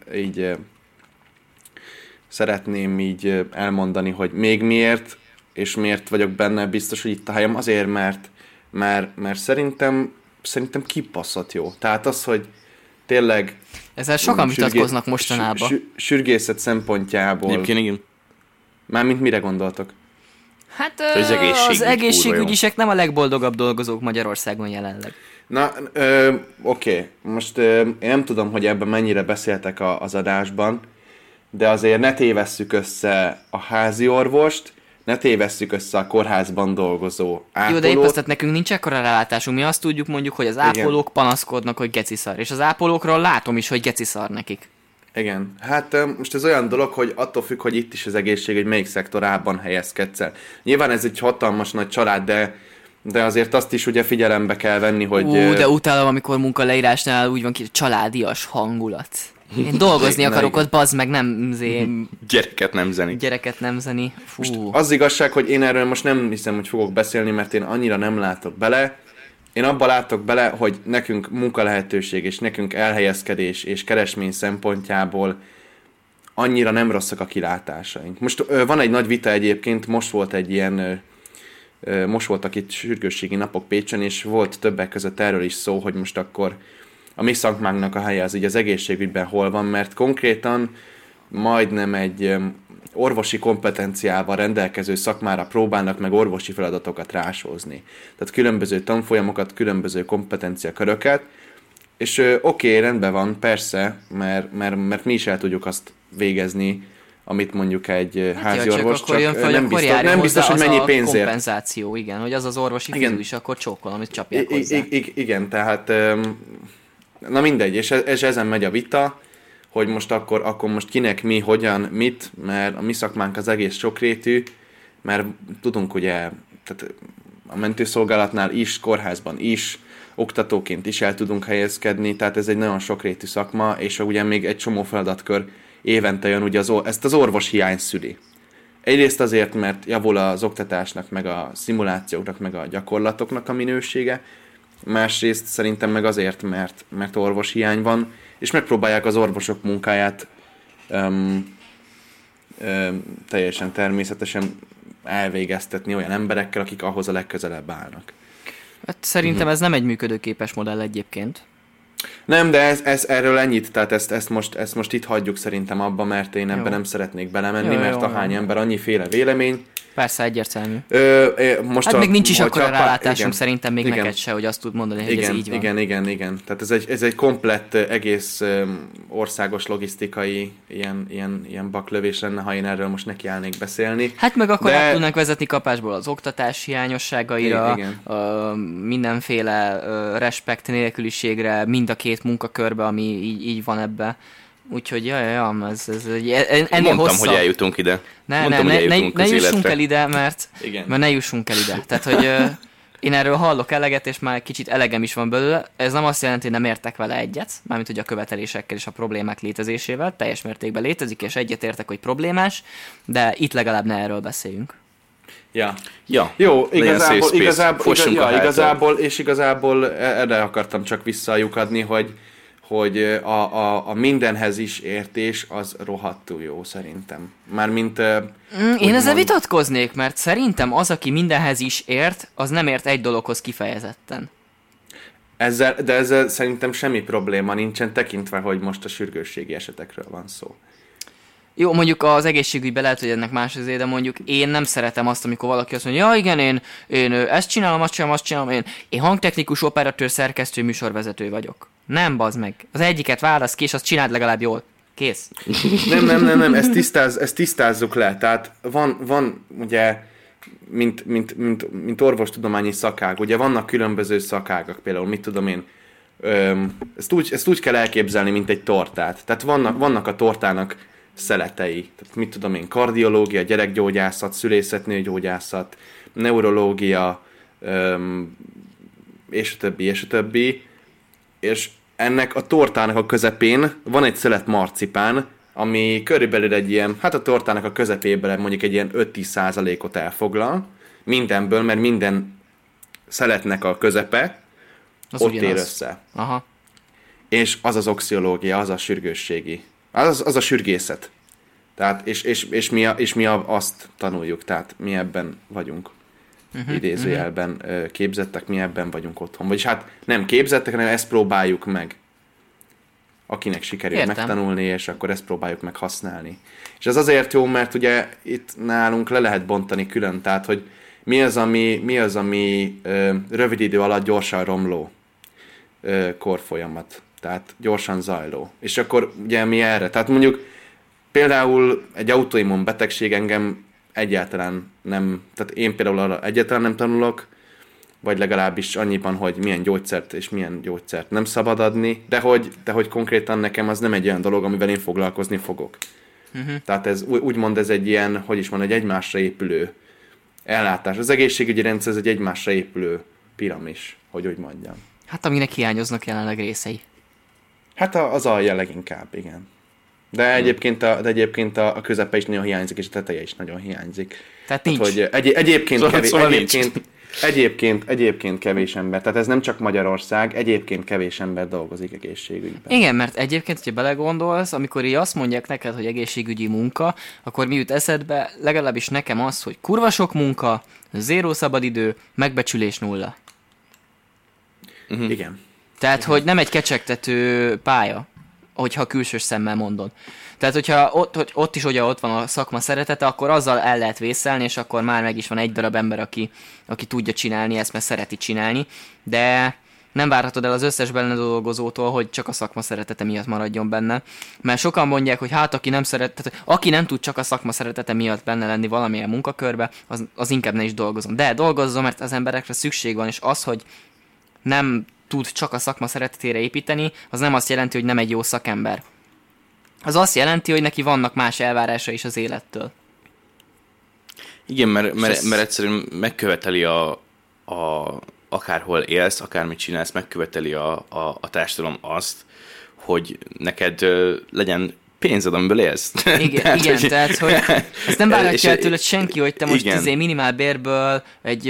szeretném így elmondani, hogy még miért, és miért vagyok benne biztos, hogy itt a helyem, azért, mert szerintem kibaszott jó. Tehát az, hogy tényleg Ezzel sokan vitatkoznak mostanában. Sürgészet szempontjából. Egyébként igen. Mármint mire gondoltok? Hát Az az egészségügyisek nem a legboldogabb dolgozók Magyarországon jelenleg. Na, oké. Most én nem tudom, hogy ebben mennyire beszéltek az adásban, de azért ne tévesszük össze a házi orvost, ne tévesszük össze a kórházban dolgozó ápolót. Jó, de épp azt, nekünk nincs ekkora rálátásunk. Mi azt tudjuk mondjuk, hogy az ápolók panaszkodnak, hogy geciszar. És az ápolókról látom is, hogy geciszar nekik. Igen. Hát most ez olyan dolog, hogy attól függ, hogy itt is az egészség, hogy melyik szektorában helyezkedsz el. Nyilván ez egy hatalmas nagy család, de azért azt is ugye figyelembe kell venni, hogy... De utálom, amikor munkaleírásnál úgy van ki, családias hangulat. Én dolgozni akarok ott, bazd meg, nem Gyereket nem zeni. Fú. Most az igazság, hogy én erről most nem hiszem, hogy fogok beszélni, mert én annyira nem látok bele. Én abba látok bele, hogy nekünk munkalehetőség, és nekünk elhelyezkedés és keresmény szempontjából annyira nem rosszak a kilátásaink. Most van egy nagy vita egyébként, most voltak itt sürgősségi napok Pécsen, és volt többek között erről is szó, hogy most akkor a mi szakmánknak a helye az így az egészségügyben hol van, mert konkrétan majdnem egy orvosi kompetenciával rendelkező szakmára próbálnak meg orvosi feladatokat rásózni. Tehát különböző tanfolyamokat, különböző kompetenciaköröket, és oké, rendben van, persze, mert mi is el tudjuk azt végezni, amit mondjuk egy házi orvos, csak nem biztos, hogy mennyi pénzért. Kompenzáció, igen, hogy az orvosi fiú is akkor csókol, amit csapják hozzá. Igen, tehát na mindegy, és ezen megy a vita, hogy most akkor most kinek mi, hogyan, mit, mert a mi szakmánk az egész sokrétű, mert tudunk ugye, tehát a mentőszolgálatnál is, kórházban is, oktatóként is el tudunk helyezkedni, tehát ez egy nagyon sokrétű szakma, és ugye még egy csomó feladatkör évente jön, ugye ezt az orvos hiány szüli. Egyrészt azért, mert javul az oktatásnak, meg a szimulációknak, meg a gyakorlatoknak a minősége, másrészt szerintem meg azért, mert orvos hiány van, és megpróbálják az orvosok munkáját teljesen természetesen elvégeztetni olyan emberekkel, akik ahhoz a legközelebb állnak. Hát szerintem ez nem egy működőképes modell egyébként. Nem, de erről ennyit, tehát ezt most itt hagyjuk szerintem abba, mert én ebben nem szeretnék belemenni, mert ahány ember, annyiféle vélemény. Persze, egyértelmű. Most hát még nincs is akkora rálátásunk szerintem még neked se, hogy azt tud mondani, hogy igen, ez így van. Igen. Tehát ez egy komplett, egész országos logisztikai ilyen baklövés lenne, ha én erről most nekiállnék beszélni. Hát meg akkor át tudnánk vezetni kapásból az oktatás hiányosságaira, mindenféle respekt nélküliségre, mind a két munkakörbe, ami így van ebbe. Úgyhogy ez ennél mondtam, hogy eljutunk ide. Ne jussunk el ide, mert ne jussunk el ide. Tehát, hogy én erről hallok eleget, és már kicsit elegem is van belőle. Ez nem azt jelenti, hogy nem értek vele egyet, mármint hogy a követelésekkel és a problémák létezésével. Teljes mértékben létezik, és egyetértek, hogy problémás, de itt legalább ne erről beszéljünk. Ja. Jó, igazából erre akartam csak visszajukadni, hogy a mindenhez is értés az rohadtul jó szerintem. Mármint... Én ezzel vitatkoznék, mert szerintem az, aki mindenhez is ért, az nem ért egy dologhoz kifejezetten. Ezzel szerintem semmi probléma nincsen, tekintve, hogy most a sürgősségi esetekről van szó. Jó, mondjuk az egészségügyben lehet, hogy ennek más azért, de mondjuk én nem szeretem azt, amikor valaki azt mondja, ja igen, én ezt csinálom, azt csinálom, én hangtechnikus, operatőr, szerkesztő, műsorvezető vagyok. Nem, bazd meg. Az egyiket válasz ki, és azt csináld legalább jól. Kész. Nem, ezt tisztázzuk le. Tehát van ugye, mint orvostudományi szakág, ugye vannak különböző szakágak, például mit tudom én, ezt úgy kell elképzelni, mint egy tortát. Tehát vannak a tortának szeletei. Tehát mit tudom én, kardiológia, gyerekgyógyászat, szülészetnőgyógyászat, neurológia, és a többi. És ennek a tortának a közepén van egy szelet marcipán, ami körülbelül egy ilyen, hát a tortának a közepében mondjuk egy ilyen 5-10%-ot elfoglal mindenből, mert minden szeletnek a közepe Az ott ugyanaz. ér össze. Aha. És az az oxiológia, az a sürgősségi, az a sürgészet. Tehát, és mi azt tanuljuk, tehát mi ebben vagyunk. Idézőjelben képzettek, mi ebben vagyunk otthon. Vagyis hát nem képzettek, hanem ezt próbáljuk meg. Akinek sikerül Értem. megtanulni, és akkor ezt próbáljuk meg használni. És ez azért jó, mert ugye itt nálunk le lehet bontani külön, tehát, hogy mi az, ami rövid idő alatt gyorsan romló korfolyamat. Tehát gyorsan zajló. És akkor ugye mi erre? Tehát mondjuk például egy autoimmun betegség engem egyáltalán nem, tehát én például arra egyáltalán nem tanulok, vagy legalábbis annyiban, hogy milyen gyógyszert és milyen gyógyszert nem szabad adni, de hogy konkrétan nekem az nem egy olyan dolog, amivel én foglalkozni fogok. Tehát ez úgymond ez egy ilyen, hogy is mondom, egy egymásra épülő ellátás. Az egészségügyi rendszer ez egy egymásra épülő piramis, hogy úgy mondjam. Hát aminek hiányoznak jelenleg részei. Hát az alja leginkább, igen. De egyébként a közepe is nagyon hiányzik, és a teteje is nagyon hiányzik. Tehát nincs. Hogy egyébként, Szóval nincs. egyébként kevés ember, tehát ez nem csak Magyarország, egyébként kevés ember dolgozik egészségügyben. Igen, mert egyébként, hogyha belegondolsz, amikor így azt mondják neked, hogy egészségügyi munka, akkor mi jut eszedbe, legalábbis nekem az, hogy kurva sok munka, zéró szabadidő, megbecsülés nulla. Igen. Tehát, hogy nem egy kecsegtető pálya, hogyha külsős szemmel mondod. Tehát, hogyha ott is ugye ott van a szakma szeretete, akkor azzal el lehet vészelni, és akkor már meg is van egy darab ember, aki tudja csinálni ezt, mert szereti csinálni, de nem várhatod el az összes benne dolgozótól, hogy csak a szakma szeretete miatt maradjon benne. Mert sokan mondják, hogy hát aki nem szeret, tehát aki nem tud csak a szakma szeretete miatt benne lenni valamilyen munkakörbe, az inkább ne is dolgozom. De dolgozzon, mert az emberekre szükség van, és az, hogy nem tud csak a szakma szeretetére építeni, az nem azt jelenti, hogy nem egy jó szakember. Az azt jelenti, hogy neki vannak más elvárása is az élettől. Igen, mert egyszerűen megköveteli akárhol élsz, akármit csinálsz, megköveteli a társadalom azt, hogy neked legyen pénzed, amiből élsz. Igen, tehát, hogy ezt nem várhatja el tőled senki, hogy te most minimál bérből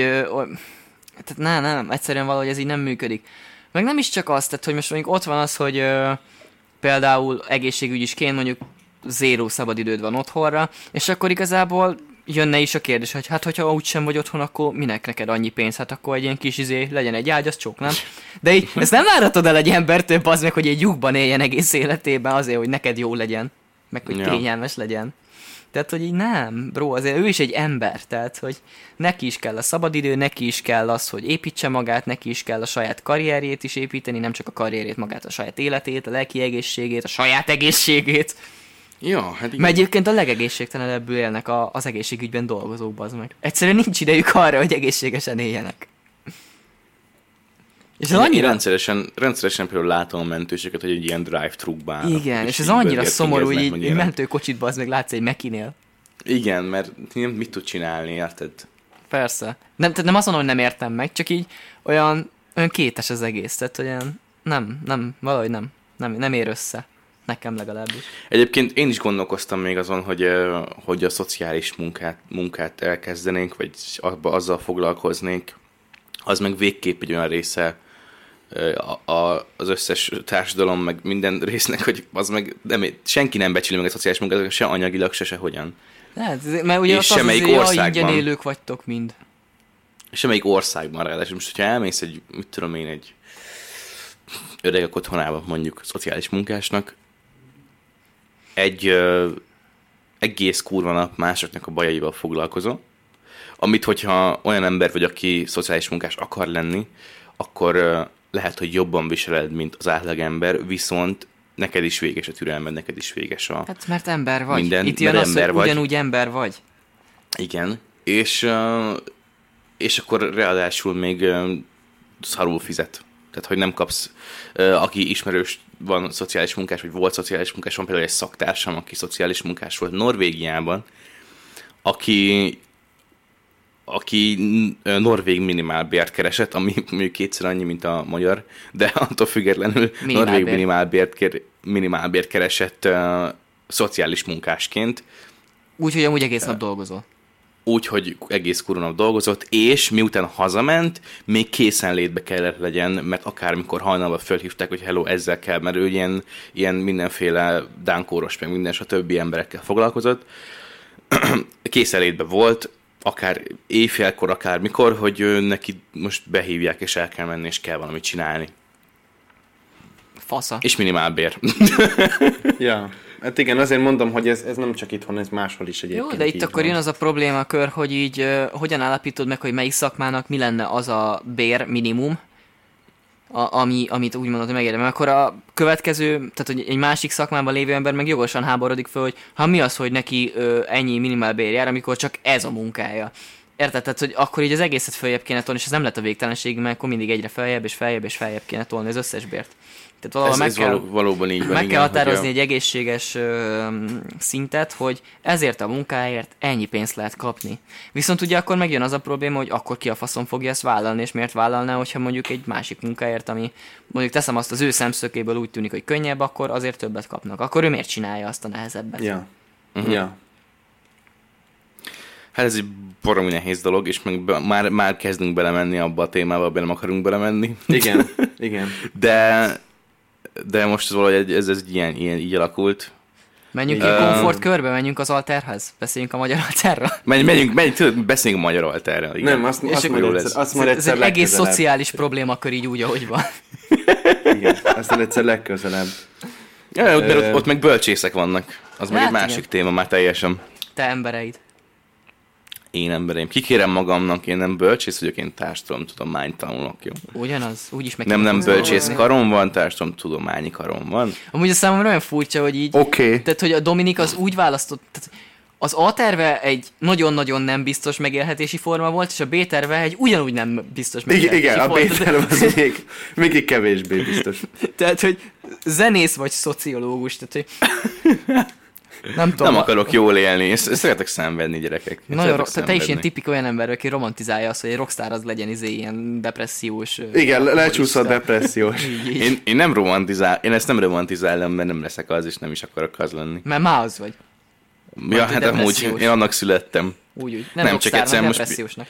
tehát nem, egyszerűen valahogy ez így nem működik. Meg nem is csak az, tehát, hogy most mondjuk ott van az, hogy például egészségügyisként mondjuk zéró szabadidőd van otthonra, és akkor igazából jönne is a kérdés, hogy hát, hogyha úgysem vagy otthon, akkor minek neked annyi pénz? Hát akkor egy ilyen kis legyen egy ágy, az csók, nem? De így, ezt nem várhatod el egy embertől, az meg, hogy egy lyukban éljen egész életében azért, hogy neked jó legyen, meg hogy kényelmes legyen. Tehát, hogy így nem, bro, azért ő is egy ember, tehát, hogy neki is kell a szabadidő, neki is kell az, hogy építse magát, neki is kell a saját karrierjét is építeni, nem csak a karrierjét, magát, a saját életét, a lelki egészségét, a saját egészségét. Ja, hát igen. Mert egyébként a legegészségtelenebbül élnek az egészségügyben dolgozók, bazd meg. Egyszerűen nincs idejük arra, hogy egészségesen éljenek. És ez annyira... Rendszeresen például látom a mentőseket, hogy egy ilyen drive-thru-ban. Igen, és ez annyira szomorú, hogy így mentőkocsitban az meg látsz egy Mekinél. Igen, mert mit tud csinálni, érted? Persze. Tehát nem azt mondom, hogy nem értem meg, csak így olyan kétes az egész, tehát olyan valahogy nem ér össze. Nekem legalábbis. Egyébként én is gondolkoztam még azon, hogy a szociális munkát elkezdenénk, vagy azzal foglalkoznék. Az meg végképp egy olyan része az összes társadalom, meg minden résznek, hogy az meg senki nem becsüli meg a szociális munkát, se anyagilag, se sehogyan. Hát, mert ugye és semmelyik országban. Ingyen élők vagytok mind. Semmelyik országban ráadásul. Most, hogyha elmész egy öregek otthonába, mondjuk szociális munkásnak, egy egész kurva nap másoknak a bajaival foglalkozol, amit, hogyha olyan ember vagy, aki szociális munkás akar lenni, akkor lehet, hogy jobban viseled, mint az átlagember, viszont neked is véges a türelmed, neked is véges a... Hát mert ember vagy. Minden, itt jön az, hogy ugyanúgy ember vagy. Igen. És akkor ráadásul még szarul fizet. Tehát, hogy nem kapsz, aki ismerős van szociális munkás, vagy volt szociális munkás, van például egy szaktársam, aki szociális munkás volt Norvégiában, aki norvég minimálbért keresett, ami mondjuk kétszer annyi, mint a magyar, de attól függetlenül norvég minimálbért keresett szociális munkásként, Úgyhogy amúgy egész nap dolgozol. úgy, hogy egész kurva nap dolgozott, és miután hazament, még készenlétbe kellett legyen, mert akármikor hajnalban fölhívták, hogy hello, ezzel kell, mert ő ilyen mindenféle dánkóros, meg minden stb. Emberekkel foglalkozott. Készenlétbe volt, akár éjfélkor, akármikor, hogy neki most behívják, és el kell menni, és kell valamit csinálni. Fasza. És minimálbér. Ja. Hát igen, azért mondom, hogy ez nem csak itthon, ez máshol is egyébként. Jó, de itt így akkor van. jön az a problémakör, hogy így hogyan állapítod meg, hogy melyik szakmának mi lenne az a bér minimum, amit úgy mondod, hogy megérdemel. Akkor a következő, tehát hogy egy másik szakmában lévő ember meg jogosan háborodik föl, hogy mi az, hogy neki ennyi minimálbér jár, amikor csak ez a munkája. Érted? Tehát, hogy akkor így az egészet följebb kéne tolni, és ez nem lett a végtelenség, mert akkor mindig egyre feljebb és feljebb és feljebb kéne tolni az összes bért. Tehát valahol valóban így van. meg igen, kell határozni hogy egy egészséges szintet, hogy ezért a munkáért ennyi pénzt lehet kapni. Viszont ugye akkor megjön az a probléma, hogy akkor ki a faszon fogja ezt vállalni, és miért vállalná, hogyha mondjuk egy másik munkáért, ami mondjuk teszem azt az ő szemszögéből úgy tűnik, hogy könnyebb, akkor azért többet kapnak. Akkor ő miért csinálja azt a nehezebbet? Ja. Ja. Hát ez egy baromi nehéz dolog, és meg már kezdünk belemenni abba a témába, abban nem akarunk belemenni. Igen. Igen. De most ez valahogy ez ilyen, így alakult. Menjünk egy komfort körbe, menjünk az alterhez? Beszéljünk a magyar alterra? Menjünk, beszéljünk a magyar alterre. Igen. Nem, azt majd Ez egyszer egy egész legközelebb. szociális problémakör így úgy, ahogy van. Igen, aztán egyszer legközelebb. Ja, ott meg bölcsészek vannak. Az meg Hát egy másik igen. téma már teljesen. Te embereid. Én embereim. Kikérem magamnak, én nem bölcsész vagyok, én társadalomtudományt tanulok, jó? Ugyanaz, úgyis meg Nem kell bölcsész hozni. karom van, társadalomtudományi karom van. Amúgy a számomra olyan furcsa, hogy így... Oké. Tehát, hogy a Dominik az úgy választott... Tehát az A terve egy nagyon-nagyon nem biztos megélhetési forma volt, és a B terve egy ugyanúgy nem biztos megélhetési Igen, a forma. Péter az még kevésbé biztos. Tehát, hogy zenész vagy szociológus, tehát, hogy... Nem tudom. Nem akarok jól élni, és szeretek szenvedni, gyerekek. Nagyon te is ilyen tipik olyan ember, aki romantizálja azt, hogy egy rockstar az legyen ilyen depressziós... Igen, lecsúszott depressziós. Én nem romantizálom, én ezt nem romantizálom, mert nem leszek az, és nem is akarok az lenni. Mert már az vagy. Ja, hát amúgy depressziós. én annak születtem. Úgy. Nem, csak rockstarnak, egyszer most- depressziósnak.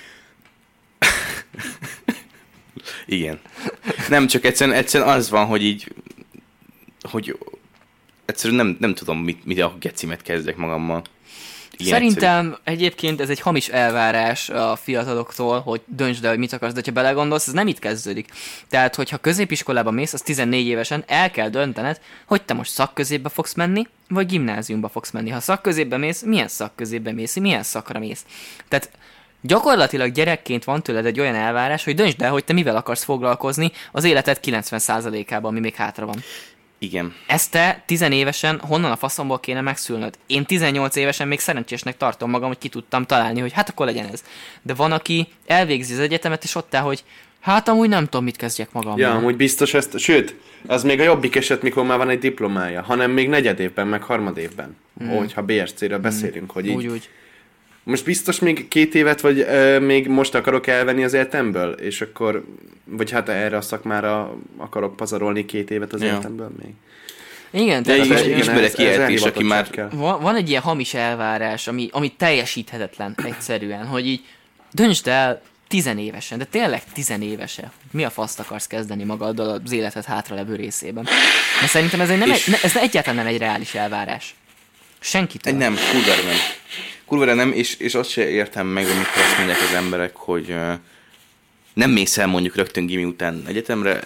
Igen. Nem, csak egyszerűen az van, hogy így, hogy egyszerűen nem tudom, mit a gecimet kezdjek magammal. Ilyen Szerintem egyébként ez egy hamis elvárás a fiataloktól, hogy döntsd el, hogy mit akarsz, de ha belegondolsz, ez nem itt kezdődik. Tehát, hogyha középiskolába mész, az 14 évesen el kell döntened, hogy te most szakközépbe fogsz menni, vagy gimnáziumba fogsz menni. Ha szakközépbe mész, milyen szakközépbe mész, milyen szakra mész. Tehát gyakorlatilag gyerekként van tőled egy olyan elvárás, hogy döntsd el, hogy te mivel akarsz foglalkozni az életed 90%-ában, ami még hátra van. Igen. Ezt te 10 évesen honnan a faszomból kéne megszülnöd? Én 18 évesen még szerencsésnek tartom magam, hogy ki tudtam találni, hogy hát akkor legyen ez. De van, aki elvégzi az egyetemet, és ott áll, hogy hát amúgy nem tudom, mit kezdjek magammal. Ja, amúgy biztos ezt, sőt, az még a jobbik eset, mikor már van egy diplomája, hanem még negyedévben, meg harmadévben. Hogyha BSC-ről beszélünk, hogy így. Úgy. Most biztos még 2 évet, vagy még most akarok elvenni az életemből, és akkor, vagy hát erre a szakmára akarok pazarolni 2 évet az életemből még. Igen, De tehát igen, ismerek ilyet is, aki már... kell. van egy ilyen hamis elvárás, ami teljesíthetetlen egyszerűen, hogy így döntsd el 10 évesen, de tényleg 10 évesen, mi a faszt akarsz kezdeni magaddal az életed hátralevő részében. De szerintem ez, ez egyáltalán nem egy reális elvárás. Senkitől. Nem, kurvára nem. Kurvára nem, és azt se értem meg, amikor azt mondják az emberek, hogy nem mész el mondjuk rögtön gimi után egyetemre,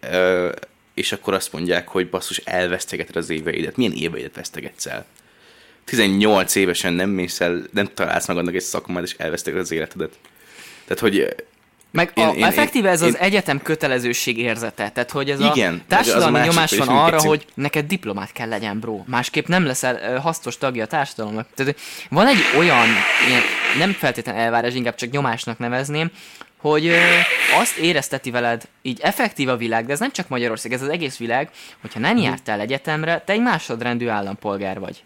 és akkor azt mondják, hogy basszus, elvesztegeted az éveidet. Milyen éveidet vesztegetsz el? 18 évesen nem mész el, nem találsz magadnak egy szakmát, és elvesztegeted az életedet. Tehát, hogy... Meg effektíve ez az egyetem kötelezőség érzete. Tehát, hogy ez igen, a társadalmi az a nyomás másik, van arra, hogy hogy neked diplomát kell legyen, bro. Másképp nem leszel hasznos tagja a társadalomnak. Tehát van egy olyan, ilyen, nem feltétlenül elvárás, inkább csak nyomásnak nevezném, hogy azt érezteti veled így effektív a világ, de ez nem csak Magyarország, ez az egész világ, hogyha nem jártál egyetemre, te egy másodrendű állampolgár vagy.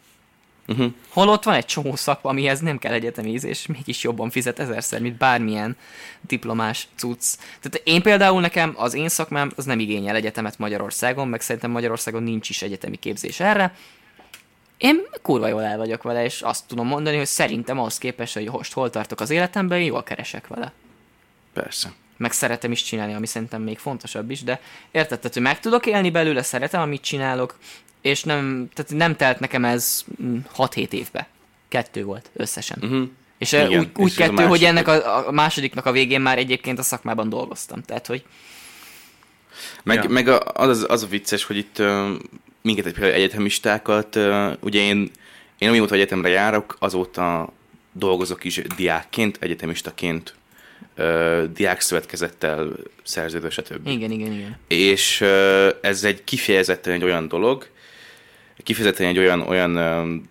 Holott van egy csomó szakma, amihez nem kell egyetemizés, mégis jobban fizet 1000-szer, mint bármilyen diplomás cucc. Tehát én például nekem, az én szakmám, az nem igényel egyetemet Magyarországon, meg szerintem Magyarországon nincs is egyetemi képzés erre. Én kurva jól el vagyok vele, és azt tudom mondani, hogy szerintem ahhoz képest, hogy most hol tartok az életemben, én jól keresek vele. Persze. Meg szeretem is csinálni, ami szerintem még fontosabb is, de érted, tehát, hogy meg tudok élni belőle, szeretem, amit csinálok, és nem telt nekem ez 6-7 évbe. 2 volt összesen. Uh-huh. És Igen, úgy és ez 2, a hogy ennek második. a másodiknak a végén már egyébként a szakmában dolgoztam. Tehát, hogy Meg az a vicces, hogy itt minket például egyetemistákat, ugye én amióta egyetemre járok, azóta dolgozok is diákként, egyetemistaként, diákszövetkezettel szerződve, stb. igen. És ez egy kifejezetten egy olyan dolog, kifejezetten egy olyan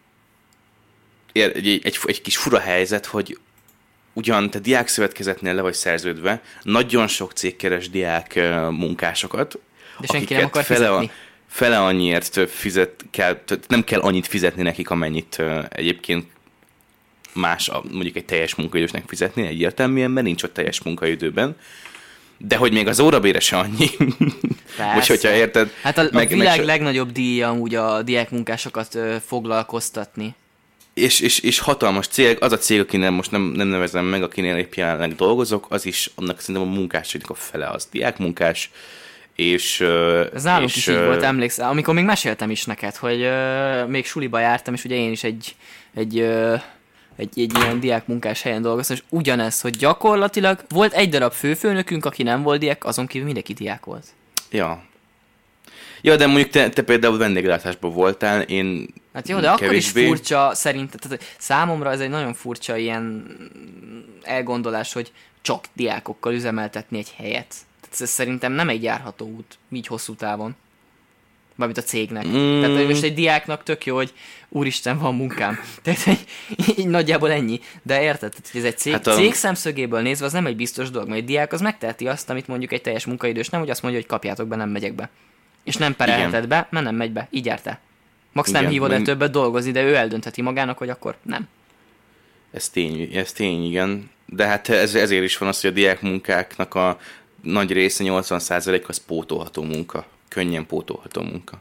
egy kis fura helyzet, hogy ugyan te diákszövetkezetnél le vagy szerződve, nagyon sok cég keres diák munkásokat, de senki nem akar fizetni. Fele annyiért nem kell annyit fizetni nekik, amennyit egyébként mondjuk egy teljes munkaidősnek fizetni, egyértelműen, mert nincs ott teljes munkaidőben. De hogy még az órabére se annyi. Most, hogyha érted. Hát a világ legnagyobb díja amúgy a diákmunkásokat foglalkoztatni. És hatalmas cég, az a cég, akinél most nem nevezem meg, akinél épp jelenleg dolgozok, az is, annak szerintem a munkásoknak a fele az diákmunkás, és... Ez nálunk is így volt, emlékszel, amikor még meséltem is neked, hogy még suliba jártam, és ugye én is egy ilyen diákmunkás helyen dolgoztam, és ugyanez, hogy gyakorlatilag volt egy darab főfőnökünk, aki nem volt diák, azon kívül mindenki diák volt. Ja, de mondjuk te például vendéglátásban voltál, én hát jó, de kevésbé. Akkor is furcsa szerintem, tehát számomra ez egy nagyon furcsa ilyen elgondolás, hogy csak diákokkal üzemeltetni egy helyet. Tehát ez szerintem nem egy járható út, így hosszú távon. Mármint a cégnek. Tehát hogy most egy diáknak tök jó, hogy úristen, van munkám. Tehát így nagyjából ennyi. De érted, tehát, hogy ez egy cég szemszögéből nézve, az nem egy biztos dolog, mert egy diák az megteheti azt, amit mondjuk egy teljes munkaidős nem, hogy azt mondja, hogy kapjátok be, nem megyek be. És nem perelheted be, mert nem megy be. Így jártál. Max nem hívod el többet dolgozni, de ő eldöntheti magának, hogy akkor nem. Ez tény, igen. De hát ezért is van az, hogy a diákmunkáknak a nagy része, 80% az pótolható munka. Könnyen pótolható munka.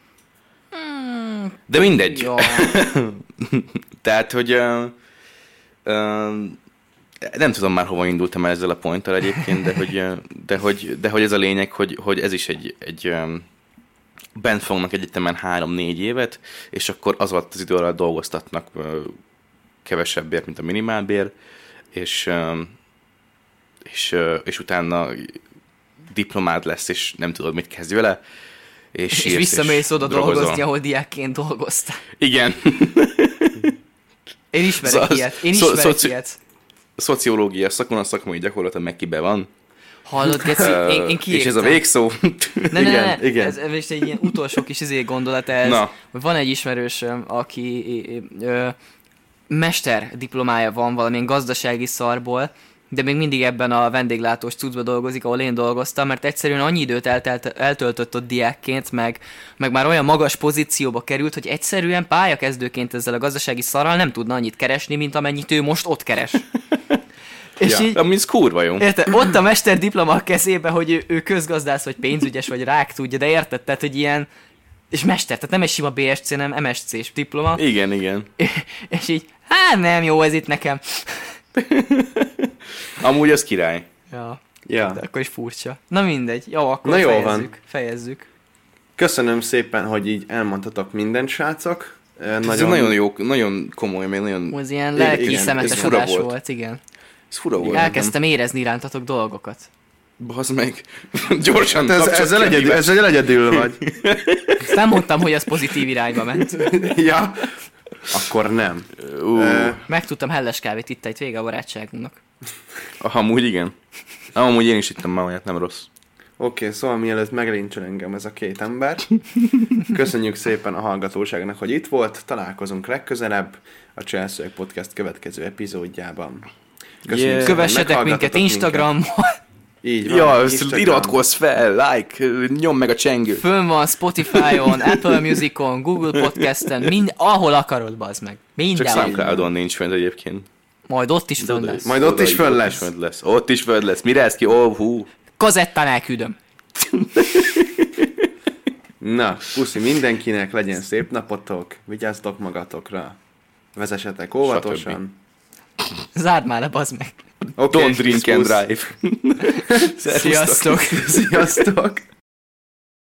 De mindegy. Tehát, hogy nem tudom már hova indultam el ezzel a ponttal egyébként, de hogy ez a lényeg, hogy ez is egy bent fognak egyetemen 3-4 évet, és akkor az alatt az idő alatt dolgoztatnak kevesebbért, mint a minimálbér, és utána diplomád lesz, és nem tudod, mit kezdj vele, és visszamész oda dolgozni, ahol diákként dolgoztál. Igen. Én ismerek ilyet. Szociológia szakon, a szakmai gyakorlata meg kibe van. Hallod, Geci? Én kiégtem. És ez a végszó. Igen. Ez egy ilyen utolsó kis gondolat ez. Hogy van egy ismerősöm, aki mester diplomája van valamilyen gazdasági szarból, de még mindig ebben a vendéglátós cuccba dolgozik, ahol én dolgoztam, mert egyszerűen annyi időt eltöltött ott diákként, meg már olyan magas pozícióba került, hogy egyszerűen pályakezdőként ezzel a gazdasági szarral nem tudna annyit keresni, mint amennyit ő most ott keres. És így, ami kurva jó. Érted? Ott a mester diploma a kezébe, hogy ő közgazdász, vagy pénzügyes, vagy rák tudja, de érted? Tehát, hogy ilyen... És mester, tehát nem egy sima BSC, nem MSC-s diploma. Igen. És így, hát nem jó ez itt nekem. Amúgy az király. Ja. De akkor is furcsa. Na mindegy. Jó, akkor fejezzük. Köszönöm szépen, hogy így elmondhatok mindent, srácok. Ez nagyon jó, nagyon komoly, még nagyon... Ez ilyen lelki szemetes adás volt, igen. Ez fura volt. Elkezdtem érezni irántatok dolgokat. Bazd meg. Gyorsan. Ezzel egyedül vagy. Nem mondtam, hogy az pozitív irányba ment. Ja. Akkor nem. Megtudtam, helles kávét itt vége a barátságunknak. Amúgy igen. Amúgy én is ittem már olyat, nem rossz. Oké, szóval mielőtt meglincsel engem ez a két ember, köszönjük szépen a hallgatóságnak, hogy itt volt, találkozunk legközelebb a Cselszöveg Podcast következő epizódjában. Köszönjük Kövessetek minket Instagramon. Így van, iratkozz fel, like, nyom meg a csengő. Fönn van Spotify-on, Apple Music-on, Google Podcast-en, ahol akarod, bazd meg. Csak SoundCloud-on nincs fent egyébként. Majd ott is fönn lesz. Majd ott is fönn lesz. Ott is fönn lesz. Mire ez ki? Hú. Kazettán elküldöm. Na, puszi mindenkinek, legyen szép napotok, vigyázzatok magatokra, vezessetek óvatosan. Zárd már le, bazd meg. Okay, Don't drink and drive. Sziasztok! Sziasztok!